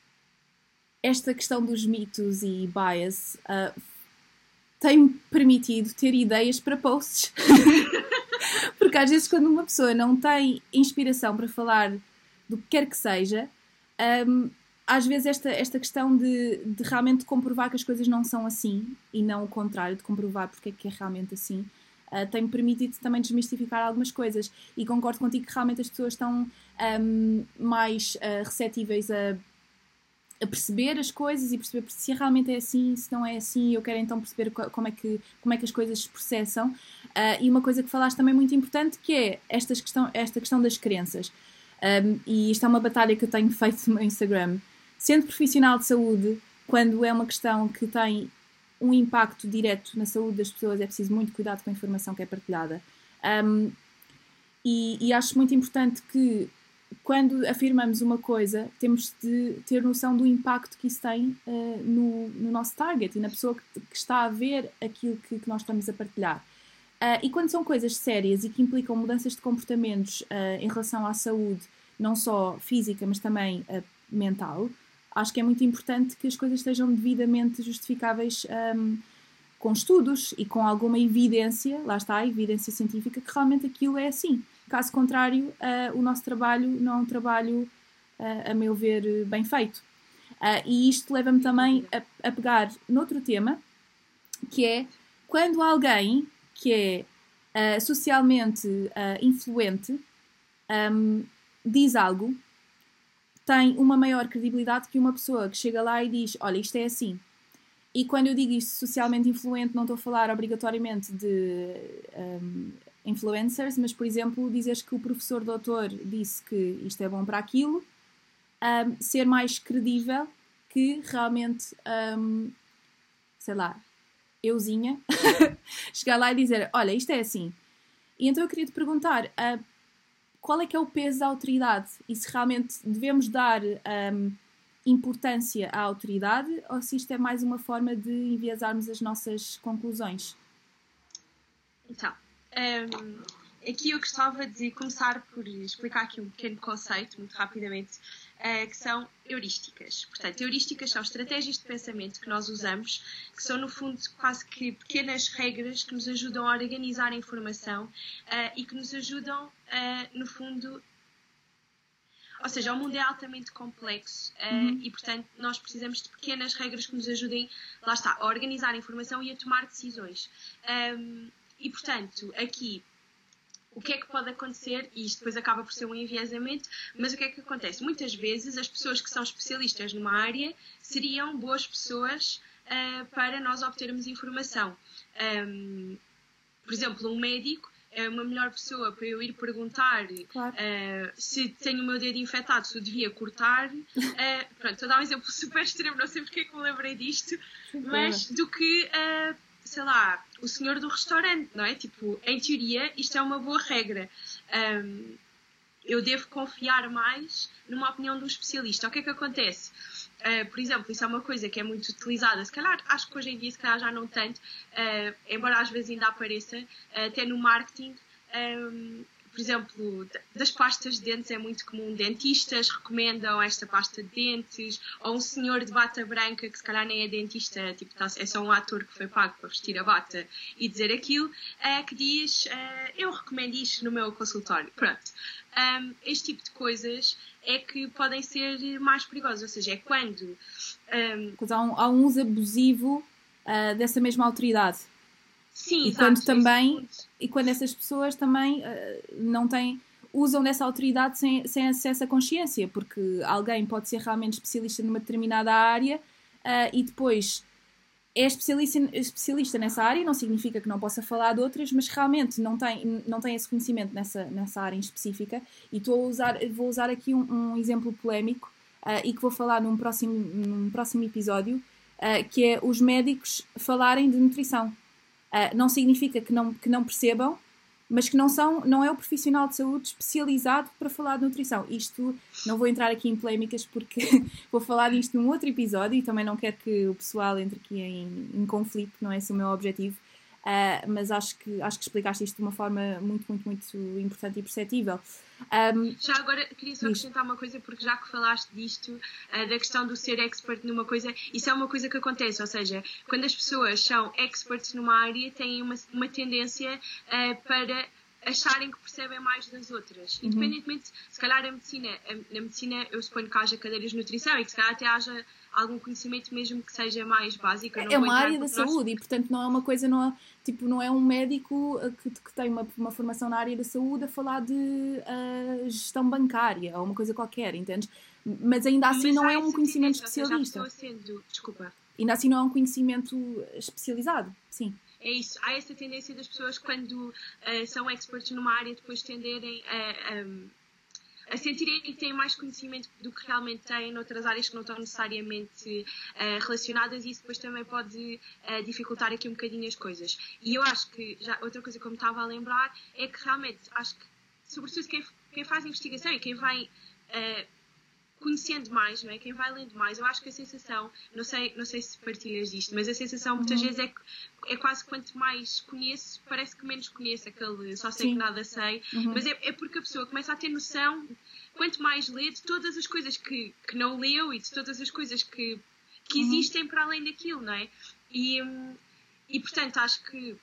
esta questão dos mitos e bias uh, tem permitido ter ideias para posts. Porque às vezes quando uma pessoa não tem inspiração para falar do que quer que seja, um, às vezes esta, esta questão de, de realmente comprovar que as coisas não são assim, e não o contrário, de comprovar porque é que é realmente assim, uh, tem-me permitido também desmistificar algumas coisas. E concordo contigo que realmente as pessoas estão um, mais uh, receptíveis a a perceber as coisas e perceber se realmente é assim, se não é assim. Eu quero então perceber como é que, como é que as coisas se processam. Uh, e uma coisa que falaste também muito importante, que é esta questão, esta questão das crenças. Um, e isto é uma batalha que eu tenho feito no meu Instagram. Sendo profissional de saúde, quando é uma questão que tem um impacto direto na saúde das pessoas, é preciso muito cuidado com a informação que é partilhada. Um, e, e acho muito importante que quando afirmamos uma coisa, temos de ter noção do impacto que isso tem uh, no, no nosso target e na pessoa que, que está a ver aquilo que, que nós estamos a partilhar. Uh, e quando são coisas sérias e que implicam mudanças de comportamentos uh, em relação à saúde, não só física, mas também uh, mental, acho que é muito importante que as coisas estejam devidamente justificáveis um, com estudos e com alguma evidência, lá está, a evidência científica, que realmente aquilo é assim. Caso contrário, uh, o nosso trabalho não é um trabalho, uh, a meu ver, bem feito. Uh, e isto leva-me também a, a pegar noutro tema, que é quando alguém que é uh, socialmente uh, influente um, diz algo, tem uma maior credibilidade que uma pessoa que chega lá e diz, olha, isto é assim. E quando eu digo isto socialmente influente, não estou a falar obrigatoriamente de um, influencers, mas, por exemplo, dizeres que o professor doutor disse que isto é bom para aquilo, um, ser mais credível que realmente, um, sei lá, euzinha, chegar lá e dizer, olha, isto é assim. E então eu queria te perguntar, uh, qual é que é o peso da autoridade? E se realmente devemos dar um, importância à autoridade ou se isto é mais uma forma de enviesarmos as nossas conclusões? Então, um, aqui eu gostava de começar por explicar aqui um pequeno conceito, muito rapidamente, uh, que são heurísticas. Portanto, heurísticas são estratégias de pensamento que nós usamos, que são, no fundo, quase que pequenas regras que nos ajudam a organizar a informação uh, e que nos ajudam, uh, no fundo... Ou seja, o mundo é altamente complexo uh, uhum. e, portanto, nós precisamos de pequenas regras que nos ajudem, lá está, a organizar a informação e a tomar decisões. Um, e, portanto, aqui... O que é que pode acontecer, e isto depois acaba por ser um enviesamento, mas o que é que acontece? Muitas vezes as pessoas que são especialistas numa área seriam boas pessoas uh, para nós obtermos informação. Um, por exemplo, um médico é uma melhor pessoa para eu ir perguntar claro. uh, se tenho o meu dedo infectado, se eu devia cortar. Uh, pronto, estou a dar um exemplo super extremo, não sei porque é que me lembrei disto, mas do que, uh, sei lá, o senhor do restaurante, não é? Tipo, em teoria, isto é uma boa regra. Um, eu devo confiar mais numa opinião de um especialista. O que é que acontece? Uh, por exemplo, isso é uma coisa que é muito utilizada, se calhar, acho que hoje em dia se calhar já não tanto, uh, embora às vezes ainda apareça, uh, até no marketing, um, por exemplo, das pastas de dentes é muito comum, dentistas recomendam esta pasta de dentes, ou um senhor de bata branca que se calhar nem é dentista, tipo, é só um ator que foi pago para vestir a bata e dizer aquilo, uh, que diz, uh, eu recomendo isto no meu consultório. Pronto. Um, este tipo de coisas é que podem ser mais perigosas, ou seja, é quando... Um... Há, um, há um uso abusivo uh, dessa mesma autoridade. Sim, e exato, quando também E quando essas pessoas também uh, não têm, usam dessa autoridade sem, sem acesso à consciência, porque alguém pode ser realmente especialista numa determinada área uh, e depois... é especialista, especialista nessa área, não significa que não possa falar de outras, mas realmente não tem, não tem esse conhecimento nessa, nessa área em específica. E estou a usar, vou usar aqui um, um exemplo polémico uh, e que vou falar num próximo, num próximo episódio, uh, que é os médicos falarem de nutrição. Uh, não significa que não, que não percebam, mas que não, são, não é o profissional de saúde especializado para falar de nutrição. Isto, não vou entrar aqui em polémicas porque vou falar disto num outro episódio e também não quero que o pessoal entre aqui em, em conflito, não é esse o meu objetivo, uh, mas acho que, acho que explicaste isto de uma forma muito, muito, muito importante e perceptível. Um, já agora queria só acrescentar uma coisa, porque já que falaste disto, uh, da questão do ser expert numa coisa, isso é uma coisa que acontece, ou seja, quando as pessoas são experts numa área, têm uma, uma tendência uh, para acharem que percebem mais das outras, uhum. Independentemente, se calhar a medicina, a, na medicina eu suponho que haja cadeiras de nutrição e que se calhar até haja algum conhecimento mesmo que seja mais básico. É uma área da saúde e, portanto, não é uma coisa, não é, tipo, não é um médico que, que tem uma, uma formação na área da saúde a falar de uh, gestão bancária ou uma coisa qualquer, entendes? Mas ainda assim Mas não é um conhecimento tendência, especialista. Ou seja, sendo, desculpa. Ainda assim não é um conhecimento especializado, sim. É isso, há essa tendência das pessoas quando uh, são experts numa área depois tenderem a, a, a sentirem que têm mais conhecimento do que realmente têm noutras áreas que não estão necessariamente uh, relacionadas e isso depois também pode uh, dificultar aqui um bocadinho as coisas. E eu acho que, já, outra coisa que eu me estava a lembrar é que realmente, acho que, sobretudo quem, quem faz investigação e quem vai... Uh, conhecendo mais, não é? Quem vai lendo mais, eu acho que a sensação, não sei, não sei se partilhas disto, mas a sensação muitas uhum. vezes é, que, é quase quanto mais conheço, parece que menos conheço, aquele só sei Sim. que nada sei, uhum. mas é, é porque a pessoa começa a ter noção, quanto mais lê, de todas as coisas que, que não leu e de todas as coisas que, que uhum. existem para além daquilo, não é? E, e portanto, acho que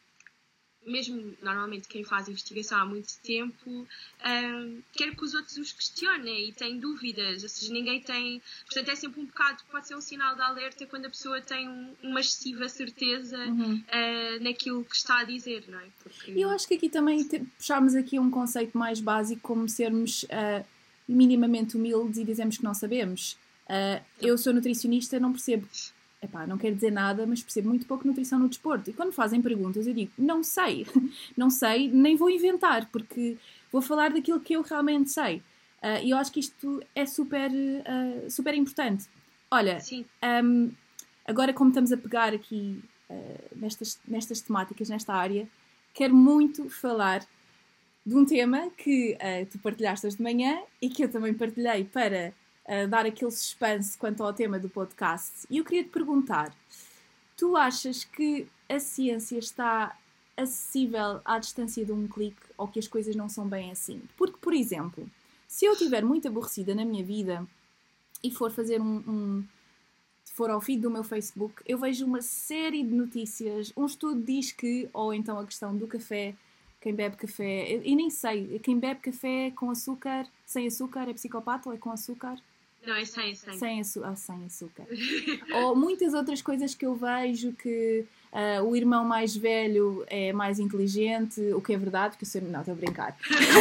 mesmo normalmente quem faz investigação há muito tempo um, quer que os outros os questionem e tem dúvidas, ou seja, ninguém tem, portanto é sempre um bocado, pode ser um sinal de alerta quando a pessoa tem um, uma excessiva certeza uhum. uh, naquilo que está a dizer, não é? Porque... Eu acho que aqui também te, puxámos aqui um conceito mais básico, como sermos uh, minimamente humildes e dizemos que não sabemos. Uh, eu sou nutricionista, não percebo. Epá, não quero dizer nada, mas percebo muito pouco nutrição no desporto. E quando fazem perguntas, eu digo, não sei. Não sei, nem vou inventar, porque vou falar daquilo que eu realmente sei. Uh, e eu acho que isto é super, uh, super importante. Olha, um, agora como estamos a pegar aqui uh, nestas, nestas temáticas, nesta área, quero muito falar de um tema que uh, tu partilhaste hoje de manhã e que eu também partilhei para... a dar aquele suspense quanto ao tema do podcast. E eu queria te perguntar, tu achas que a ciência está acessível à distância de um clique ou que as coisas não são bem assim? Porque, por exemplo, se eu estiver muito aborrecida na minha vida e for fazer um, um for ao feed do meu Facebook, eu vejo uma série de notícias, um estudo diz que, ou então a questão do café, quem bebe café, e nem sei, quem bebe café com açúcar, sem açúcar, é psicopata ou é com açúcar? Não, é sem, sem. Sem, açu- ah, sem açúcar. Ou muitas outras coisas que eu vejo que uh, o irmão mais velho é mais inteligente, o que é verdade, porque eu sou... Não, estou a brincar.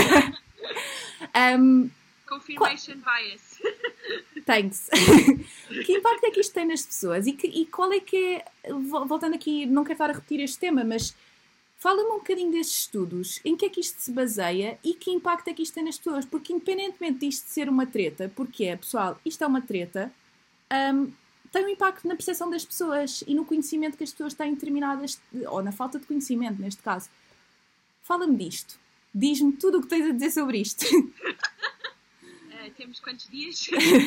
um, Confirmation qual... bias. Thanks. Que impacto é que isto tem nas pessoas? E, que, e qual é que é... Voltando aqui, não quero estar a repetir este tema, mas Fala-me um bocadinho destes estudos, em que é que isto se baseia e que impacto é que isto tem nas pessoas, porque independentemente disto ser uma treta, porque é, pessoal, isto é uma treta, um, tem um impacto na percepção das pessoas e no conhecimento que as pessoas têm determinadas, ou na falta de conhecimento, neste caso. Fala-me disto. Diz-me tudo o que tens a dizer sobre isto. Uh, temos quantos dias?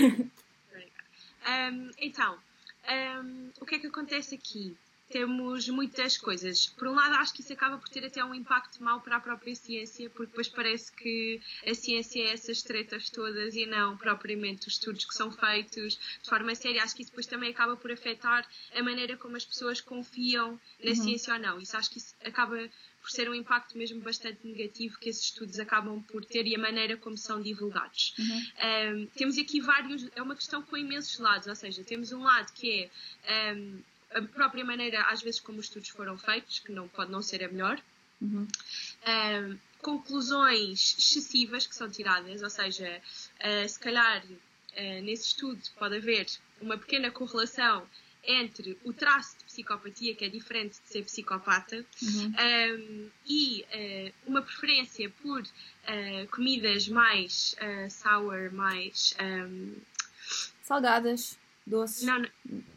um, então, um, o que é que acontece aqui? Temos muitas coisas. Por um lado, acho que isso acaba por ter até um impacto mau para a própria ciência, porque depois parece que a ciência é essas tretas todas e não propriamente os estudos que são feitos de forma séria. Acho que isso depois também acaba por afetar a maneira como as pessoas confiam na uhum. ciência ou não. Isso acho que isso acaba por ser um impacto mesmo bastante negativo que esses estudos acabam por ter e a maneira como são divulgados. Uhum. Um, temos aqui vários... É uma questão com imensos lados, ou seja, temos um lado que é... Um, a própria maneira, às vezes, como os estudos foram feitos, que não pode não ser a melhor. Uhum. Um, conclusões excessivas que são tiradas, ou seja, uh, se calhar uh, nesse estudo pode haver uma pequena correlação entre o traço de psicopatia, que é diferente de ser psicopata, uhum. um, e uh, uma preferência por uh, comidas mais uh, sour, mais... Um... salgadas, doces. Não, não.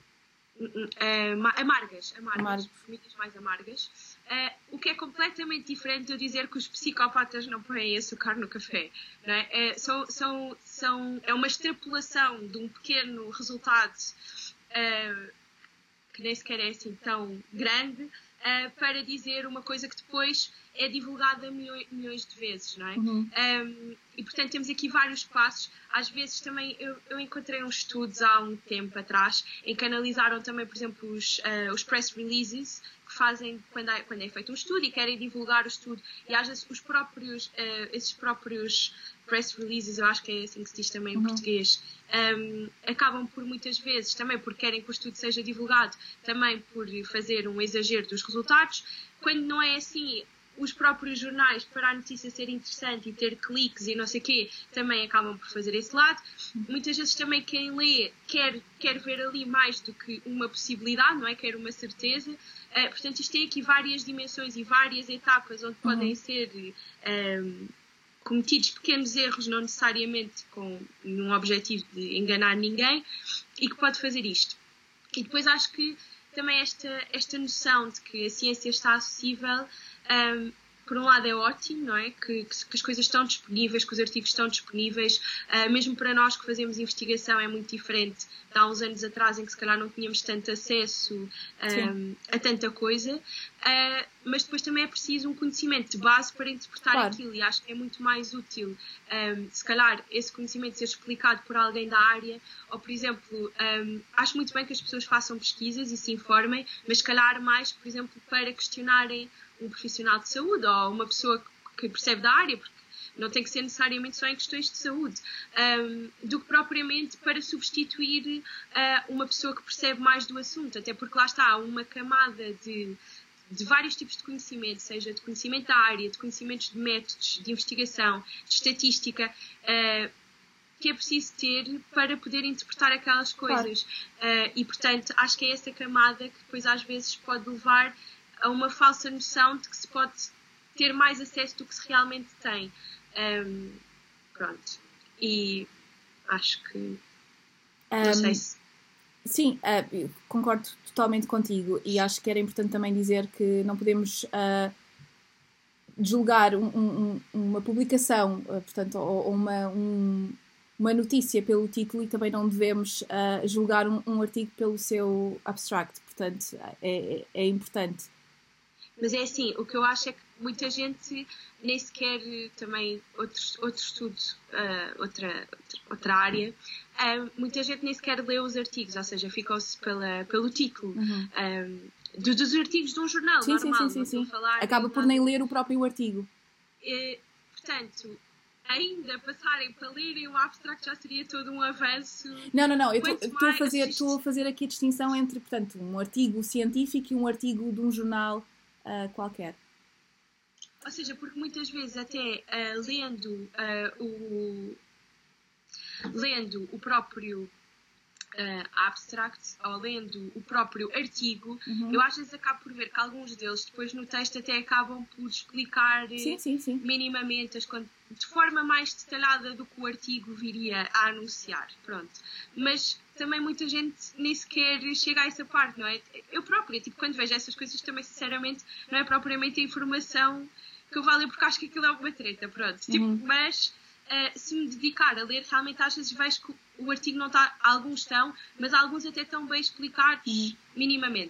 Uh, amargas, amargas, comidas mais amargas, uh, o que é completamente diferente de eu dizer que os psicópatas não põem açúcar no café, não é? É, são, são, são, é uma extrapolação de um pequeno resultado uh, que nem sequer é assim tão grande uh, para dizer uma coisa que depois é divulgada milhões, milhões de vezes, não é? Uhum. Um, e, portanto, temos aqui vários passos. Às vezes também, eu, eu encontrei uns estudos há um tempo atrás em que analisaram também, por exemplo, os, uh, os press releases que fazem quando, há, quando é feito um estudo e querem divulgar o estudo. E às vezes os próprios, uh, esses próprios press releases, eu acho que é assim que se diz também em uhum. português, um, acabam por muitas vezes, também porque querem que o estudo seja divulgado, também por fazer um exagero dos resultados. Quando não é assim... Os próprios jornais, para a notícia ser interessante e ter cliques e não sei o quê, também acabam por fazer esse lado. Muitas vezes também quem lê quer, quer ver ali mais do que uma possibilidade, não é? Quer uma certeza. Uh, portanto, isto tem aqui várias dimensões e várias etapas onde uhum. podem ser um, cometidos pequenos erros, não necessariamente com um objetivo de enganar ninguém, e que pode fazer isto. E depois acho que também esta, esta noção de que a ciência está acessível... Um, por um lado é ótimo, não é? Que, que, que as coisas estão disponíveis, que os artigos estão disponíveis, uh, mesmo para nós que fazemos investigação é muito diferente de há uns anos atrás em que se calhar não tínhamos tanto acesso um, a tanta coisa, uh, mas depois também é preciso um conhecimento de base para interpretar claro. Aquilo e acho que é muito mais útil um, se calhar esse conhecimento ser explicado por alguém da área ou por exemplo, um, acho muito bem que as pessoas façam pesquisas e se informem, mas se calhar mais, por exemplo, para questionarem um profissional de saúde ou uma pessoa que percebe da área, porque não tem que ser necessariamente só em questões de saúde, um, do que propriamente para substituir uh, uma pessoa que percebe mais do assunto, até porque lá está uma camada de, de vários tipos de conhecimento, seja de conhecimento da área, de conhecimentos de métodos, de investigação, de estatística, uh, que é preciso ter para poder interpretar aquelas coisas. Claro. Uh, e, portanto, acho que é essa camada que depois às vezes pode levar a uma falsa noção de que se pode ter mais acesso do que se realmente tem. Um, pronto. E acho que... Não um, sei se... Sim, uh, concordo totalmente contigo e acho que era importante também dizer que não podemos uh, julgar um, um, uma publicação, uh, portanto, ou, ou uma, um, uma notícia pelo título e também não devemos uh, julgar um, um artigo pelo seu abstract. Portanto, é, é, é importante. Mas é assim, o que eu acho é que muita gente nem sequer também, outro, outro estudo, uh, outra, outra, outra área, uh, muita gente nem sequer lê os artigos, ou seja, ficam-se pela, pelo título uhum. um, dos, dos artigos de um jornal sim, normal. Sim, sim, sim, sim. Acaba por nem ler o próprio artigo. E, portanto, ainda passarem para lerem o abstract já seria todo um avanço. Não, não, não, eu estou a, fazer, a fazer aqui a distinção entre, portanto, um artigo científico e um artigo de um jornal Uh, qualquer. Ou seja, porque muitas vezes até uh, lendo, uh, o, lendo o próprio uh, abstract, ou lendo o próprio artigo, uhum. eu às vezes acabo por ver que alguns deles depois no texto até acabam por explicar sim, sim, sim. minimamente as de forma mais detalhada do que o artigo viria a anunciar, pronto. Mas também muita gente nem sequer chega a essa parte, não é? Eu própria, tipo, quando vejo essas coisas também, sinceramente, não é propriamente a informação que eu vou ler, porque acho que aquilo é uma treta, pronto. Tipo, uhum. Mas uh, se me dedicar a ler, realmente às vezes vejo que o artigo não está, alguns estão, mas alguns até estão bem explicados, uhum. minimamente.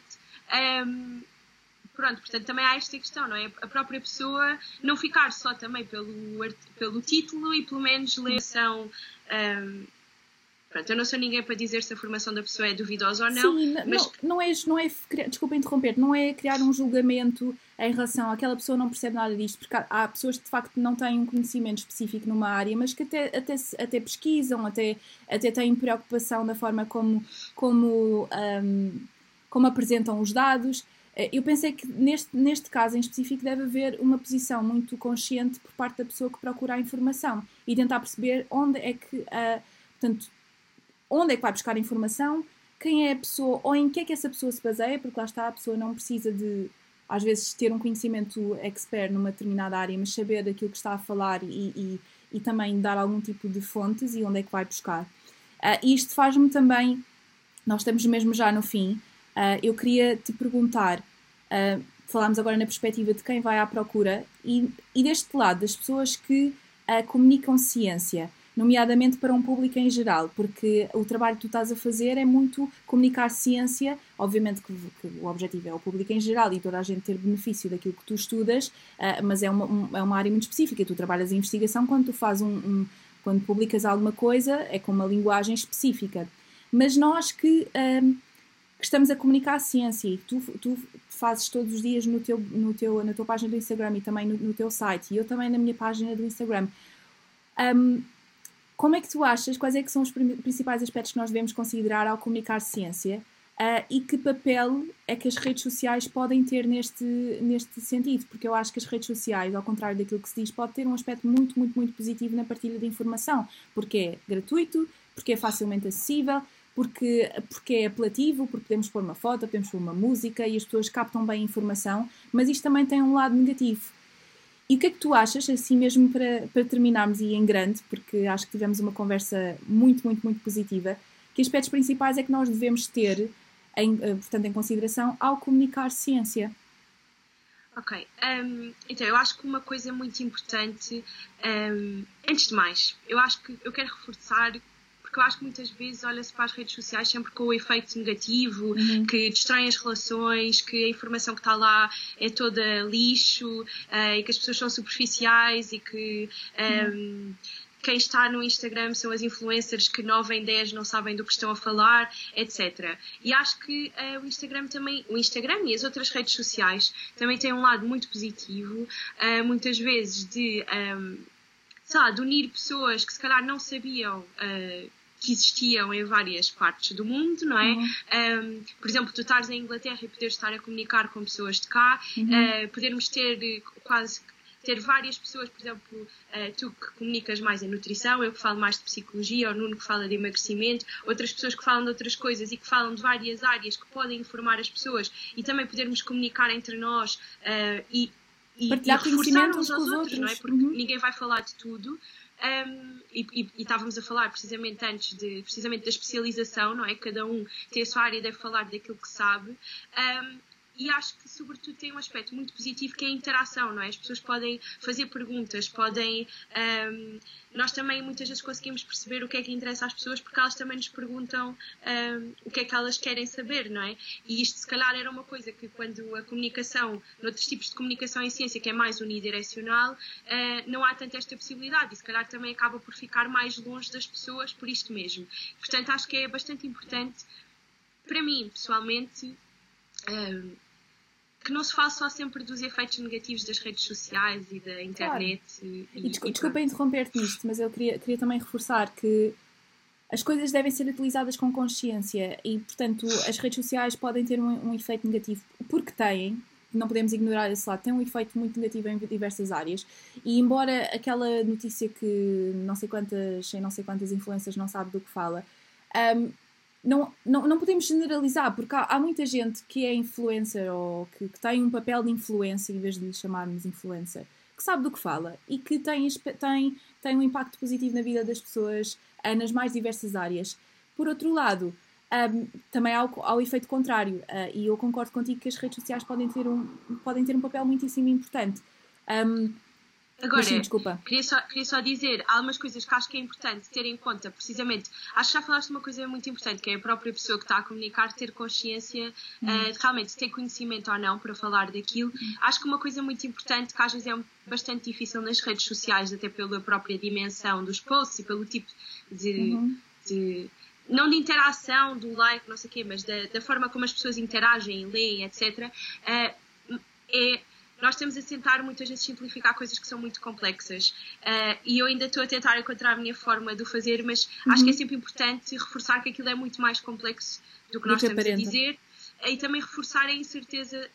Um, Pronto, portanto, também há esta questão, não é? A própria pessoa não ficar só também pelo, pelo título e pelo menos ler a ação. Um, pronto, eu não sou ninguém para dizer se a formação da pessoa é duvidosa ou não. Sim, mas... não, não é, não é, desculpa interromper, não é criar um julgamento em relação àquela pessoa não percebe nada disto, porque há, há pessoas que de facto não têm um conhecimento específico numa área, mas que até, até, até pesquisam, até, até têm preocupação na forma como, como, um, como apresentam os dados. Eu pensei que neste, neste caso em específico deve haver uma posição muito consciente por parte da pessoa que procura a informação e tentar perceber onde é que, uh, portanto, onde é que vai buscar a informação, quem é a pessoa ou em que é que essa pessoa se baseia, porque lá está, a pessoa não precisa de, às vezes, ter um conhecimento expert numa determinada área, mas saber daquilo que está a falar e, e, e também dar algum tipo de fontes e onde é que vai buscar. Uh, e isto faz-me também, nós estamos mesmo já no fim, Uh, eu queria te perguntar, uh, falámos agora na perspectiva de quem vai à procura e, e deste lado, das pessoas que uh, comunicam ciência, nomeadamente para um público em geral, porque o trabalho que tu estás a fazer é muito comunicar ciência, obviamente que, que o objetivo é o público em geral e toda a gente ter benefício daquilo que tu estudas, uh, mas é uma, um, é uma área muito específica. Tu trabalhas em investigação, quando tu fazes um, um, quando publicas alguma coisa, é com uma linguagem específica. Mas nós que... Um, que estamos a comunicar a ciência e tu, tu fazes todos os dias no teu, no teu, na tua página do Instagram e também no, no teu site e eu também na minha página do Instagram. Um, como é que tu achas, quais é que são os principais aspectos que nós devemos considerar ao comunicar ciência uh, e que papel é que as redes sociais podem ter neste, neste sentido? Porque eu acho que as redes sociais, ao contrário daquilo que se diz, pode ter um aspecto muito, muito, muito positivo na partilha de informação, porque é gratuito, porque é facilmente acessível, Porque, porque é apelativo, porque podemos pôr uma foto, podemos pôr uma música e as pessoas captam bem a informação, mas isto também tem um lado negativo. E o que é que tu achas, assim mesmo para, para terminarmos e em grande, porque acho que tivemos uma conversa muito, muito, muito positiva, que aspectos principais é que nós devemos ter, em, portanto, em consideração ao comunicar ciência? Ok, um, então eu acho que uma coisa muito importante, um, antes de mais, eu acho que eu quero reforçar, porque eu acho que muitas vezes olha-se para as redes sociais sempre com o efeito negativo, uhum. que destroem as relações, que a informação que está lá é toda lixo, uh, e que as pessoas são superficiais e que um, uhum. quem está no Instagram são as influencers que nove em dez não sabem do que estão a falar, etcétera. E acho que uh, o Instagram também, o Instagram e as outras redes sociais também têm um lado muito positivo, uh, muitas vezes de... Um, sei lá, de unir pessoas que se calhar não sabiam uh, que existiam em várias partes do mundo, não é? Uhum. Um, por exemplo, tu estares em Inglaterra e poderes estar a comunicar com pessoas de cá, uhum. uh, podermos ter quase... ter várias pessoas, por exemplo, uh, tu que comunicas mais em nutrição, eu que falo mais de psicologia, ou o Nuno que fala de emagrecimento, outras pessoas que falam de outras coisas e que falam de várias áreas que podem informar as pessoas e também podermos comunicar entre nós uh, e E, partilhar e reforçar uns aos outros, outros, não é? Porque uhum. ninguém vai falar de tudo. Um, e, e, e estávamos a falar precisamente antes de, precisamente da especialização, não é? Cada um tem a sua área e deve falar daquilo que sabe. Um, E acho que, sobretudo, tem um aspecto muito positivo que é a interação, não é? As pessoas podem fazer perguntas, podem... Um, nós também, muitas vezes, conseguimos perceber o que é que interessa às pessoas porque elas também nos perguntam um, o que é que elas querem saber, não é? E isto, se calhar, era uma coisa que, quando a comunicação, noutros tipos de comunicação em ciência, que é mais unidirecional, uh, não há tanto esta possibilidade e, se calhar, também acaba por ficar mais longe das pessoas por isto mesmo. Portanto, acho que é bastante importante, para mim, pessoalmente... Um, que não se fala só sempre dos efeitos negativos das redes sociais e da internet. Claro. E, e, desculpa, e desculpa interromper-te nisto, mas eu queria, queria também reforçar que as coisas devem ser utilizadas com consciência e, portanto, as redes sociais podem ter um, um efeito negativo, porque têm, não podemos ignorar esse lado, tem um efeito muito negativo em diversas áreas. E embora aquela notícia que não sei quantas, sei não sei quantas influências não sabe do que fala... Um, não, não, não podemos generalizar, porque há, há muita gente que é influencer ou que, que tem um papel de influência, em vez de lhe chamarmos influencer, que sabe do que fala e que tem, tem, tem um impacto positivo na vida das pessoas uh, nas mais diversas áreas. Por outro lado, um, também há o, há o efeito contrário, uh, e eu concordo contigo que as redes sociais podem ter um, podem ter um papel muitíssimo importante. Um, Agora, sim, desculpa. Queria, só, queria só dizer, há algumas coisas que acho que é importante ter em conta, precisamente, acho que já falaste de uma coisa muito importante, que é a própria pessoa que está a comunicar ter consciência hum. uh, de realmente ter conhecimento ou não para falar daquilo. Hum. Acho que uma coisa muito importante, que às vezes é bastante difícil nas redes sociais, até pela própria dimensão dos posts e pelo tipo de... Uhum. de não de interação, do like, não sei o quê, mas da, da forma como as pessoas interagem, leem, etcétera, uh, é... Nós estamos a tentar muitas vezes simplificar coisas que são muito complexas uh, e eu ainda estou a tentar encontrar a minha forma de o fazer, mas uhum. acho que é sempre importante reforçar que aquilo é muito mais complexo do que nós estamos a dizer, e também reforçar a incerteza,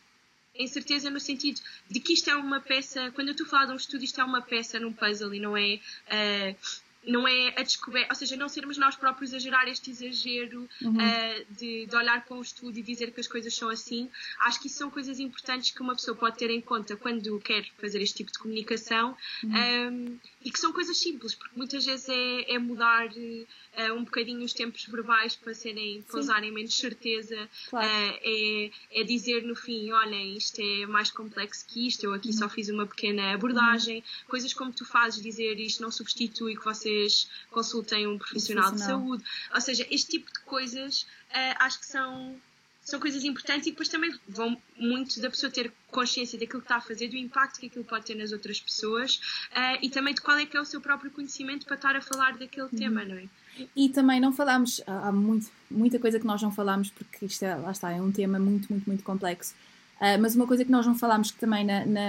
a incerteza no sentido de que isto é uma peça, quando eu estou a falar de um estudo, isto é uma peça num puzzle e não é... Uh, não é a descoberta, ou seja, não sermos nós próprios a gerar este exagero uhum. uh, de, de olhar para um estudo e dizer que as coisas são assim. Acho que isso são coisas importantes que uma pessoa pode ter em conta quando quer fazer este tipo de comunicação uhum. um, e que são coisas simples, porque muitas vezes é, é mudar uh, um bocadinho os tempos verbais para, serem, para usarem menos certeza, claro. uh, é, é dizer no fim, olhem, isto é mais complexo que isto, eu aqui uhum. só fiz uma pequena abordagem, uhum. coisas como tu fazes, dizer isto não substitui que você consultem um profissional, profissional de saúde, ou seja, este tipo de coisas uh, acho que são, são coisas importantes e depois também vão muito da pessoa ter consciência daquilo que está a fazer, do impacto que aquilo pode ter nas outras pessoas uh, e também de qual é que é o seu próprio conhecimento para estar a falar daquele uhum. tema, não é? E também não falámos, há muito, muita coisa que nós não falámos porque isto é, lá está, é um tema muito, muito, muito complexo, uh, mas uma coisa que nós não falámos que também na, na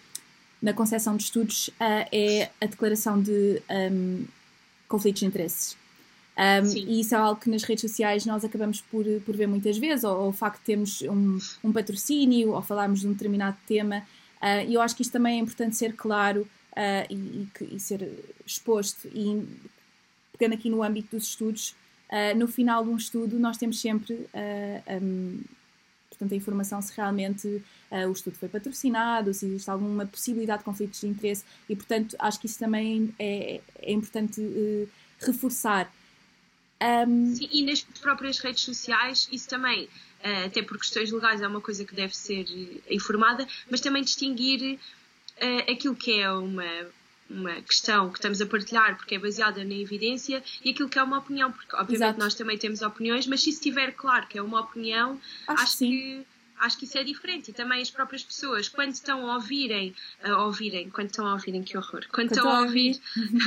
na concepção de estudos uh, é a declaração de um, conflitos de interesses. Um, e isso é algo que nas redes sociais nós acabamos por, por ver muitas vezes, ou, ou o facto de termos um, um patrocínio, ou falarmos de um determinado tema, uh, e eu acho que isto também é importante ser claro uh, e, e, e ser exposto. E pegando aqui no âmbito dos estudos, uh, no final de um estudo nós temos sempre... Uh, um, portanto, a informação se realmente uh, o estudo foi patrocinado, se existe alguma possibilidade de conflitos de interesse e, portanto, acho que isso também é, é importante uh, reforçar. Um... Sim, e nas próprias redes sociais, isso também, uh, até por questões legais, é uma coisa que deve ser uh, informada, mas também distinguir uh, aquilo que é uma... uma questão que estamos a partilhar porque é baseada na evidência e aquilo que é uma opinião, porque obviamente Exato. Nós também temos opiniões, mas se estiver claro que é uma opinião, acho, acho que acho que isso é diferente. E também as próprias pessoas, quando estão a ouvirem a ouvirem, quando estão a ouvirem, que horror, quando, quando estão a ouvir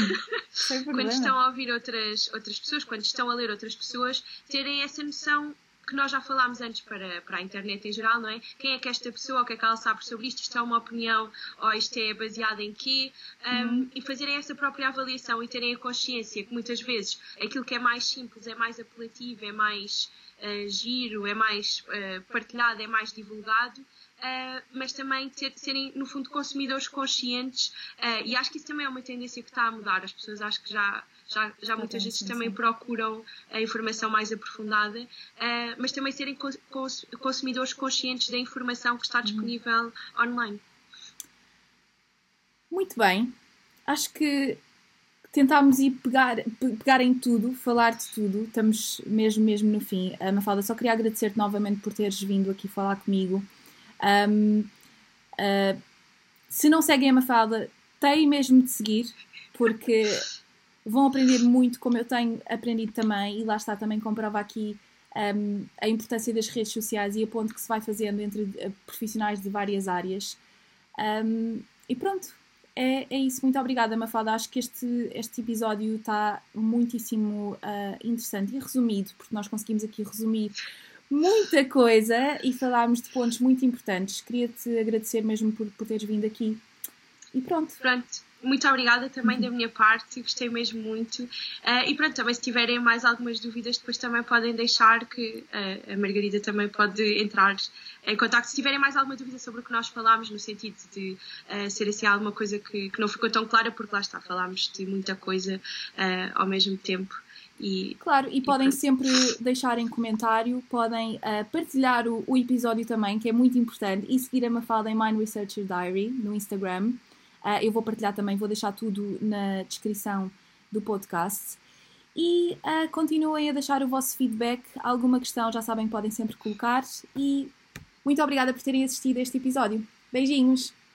quando estão a ouvir outras, outras pessoas, quando estão a ler outras pessoas, terem essa noção que nós já falámos antes para, para a internet em geral, não é? Quem é que esta pessoa, o que é que ela sabe sobre isto, isto é uma opinião ou isto é baseado em quê? Um, uhum. E fazerem essa própria avaliação e terem a consciência que muitas vezes aquilo que é mais simples é mais apelativo, é mais uh, giro, é mais uh, partilhado, é mais divulgado. Uh, mas também ter, serem, no fundo, consumidores conscientes uh, e acho que isso também é uma tendência que está a mudar. As pessoas acho que já, já, já muitas vezes também procuram a informação mais aprofundada, uh, mas também serem cons, cons, consumidores conscientes da informação que está disponível uhum. online. Muito bem. Acho que tentámos ir pegar, pegar em tudo, falar de tudo. Estamos mesmo, mesmo no fim. Uh, Mafalda, só queria agradecer-te novamente por teres vindo aqui falar comigo. Um, uh, se não seguem a Mafalda, têm mesmo de seguir, porque vão aprender muito, como eu tenho aprendido também, e lá está, também comprova aqui um, a importância das redes sociais e a ponte que se vai fazendo entre uh, profissionais de várias áreas. Um, e pronto, é, é isso. Muito obrigada, Mafalda. Acho que este, este episódio está muitíssimo uh, interessante e resumido, porque nós conseguimos aqui resumir muita coisa e falámos de pontos muito importantes. Queria-te agradecer mesmo por, por teres vindo aqui. E pronto. Pronto. Muito obrigada também uhum. da minha parte, gostei mesmo muito. Uh, e pronto, também se tiverem mais algumas dúvidas, depois também podem deixar que uh, a Margarida também pode entrar em contacto. Se tiverem mais alguma dúvida sobre o que nós falámos, no sentido de uh, ser assim alguma coisa que, que não ficou tão clara, porque lá está, falámos de muita coisa uh, ao mesmo tempo. E, claro, e, e podem pronto. sempre deixar em comentário, podem uh, partilhar o, o episódio também, que é muito importante, e seguir a Mafalda em Mind Researcher Diary no Instagram. Uh, eu vou partilhar também, vou deixar tudo na descrição do podcast. E uh, continuem a deixar o vosso feedback. Alguma questão, já sabem, podem sempre colocar. E muito obrigada por terem assistido a este episódio. Beijinhos!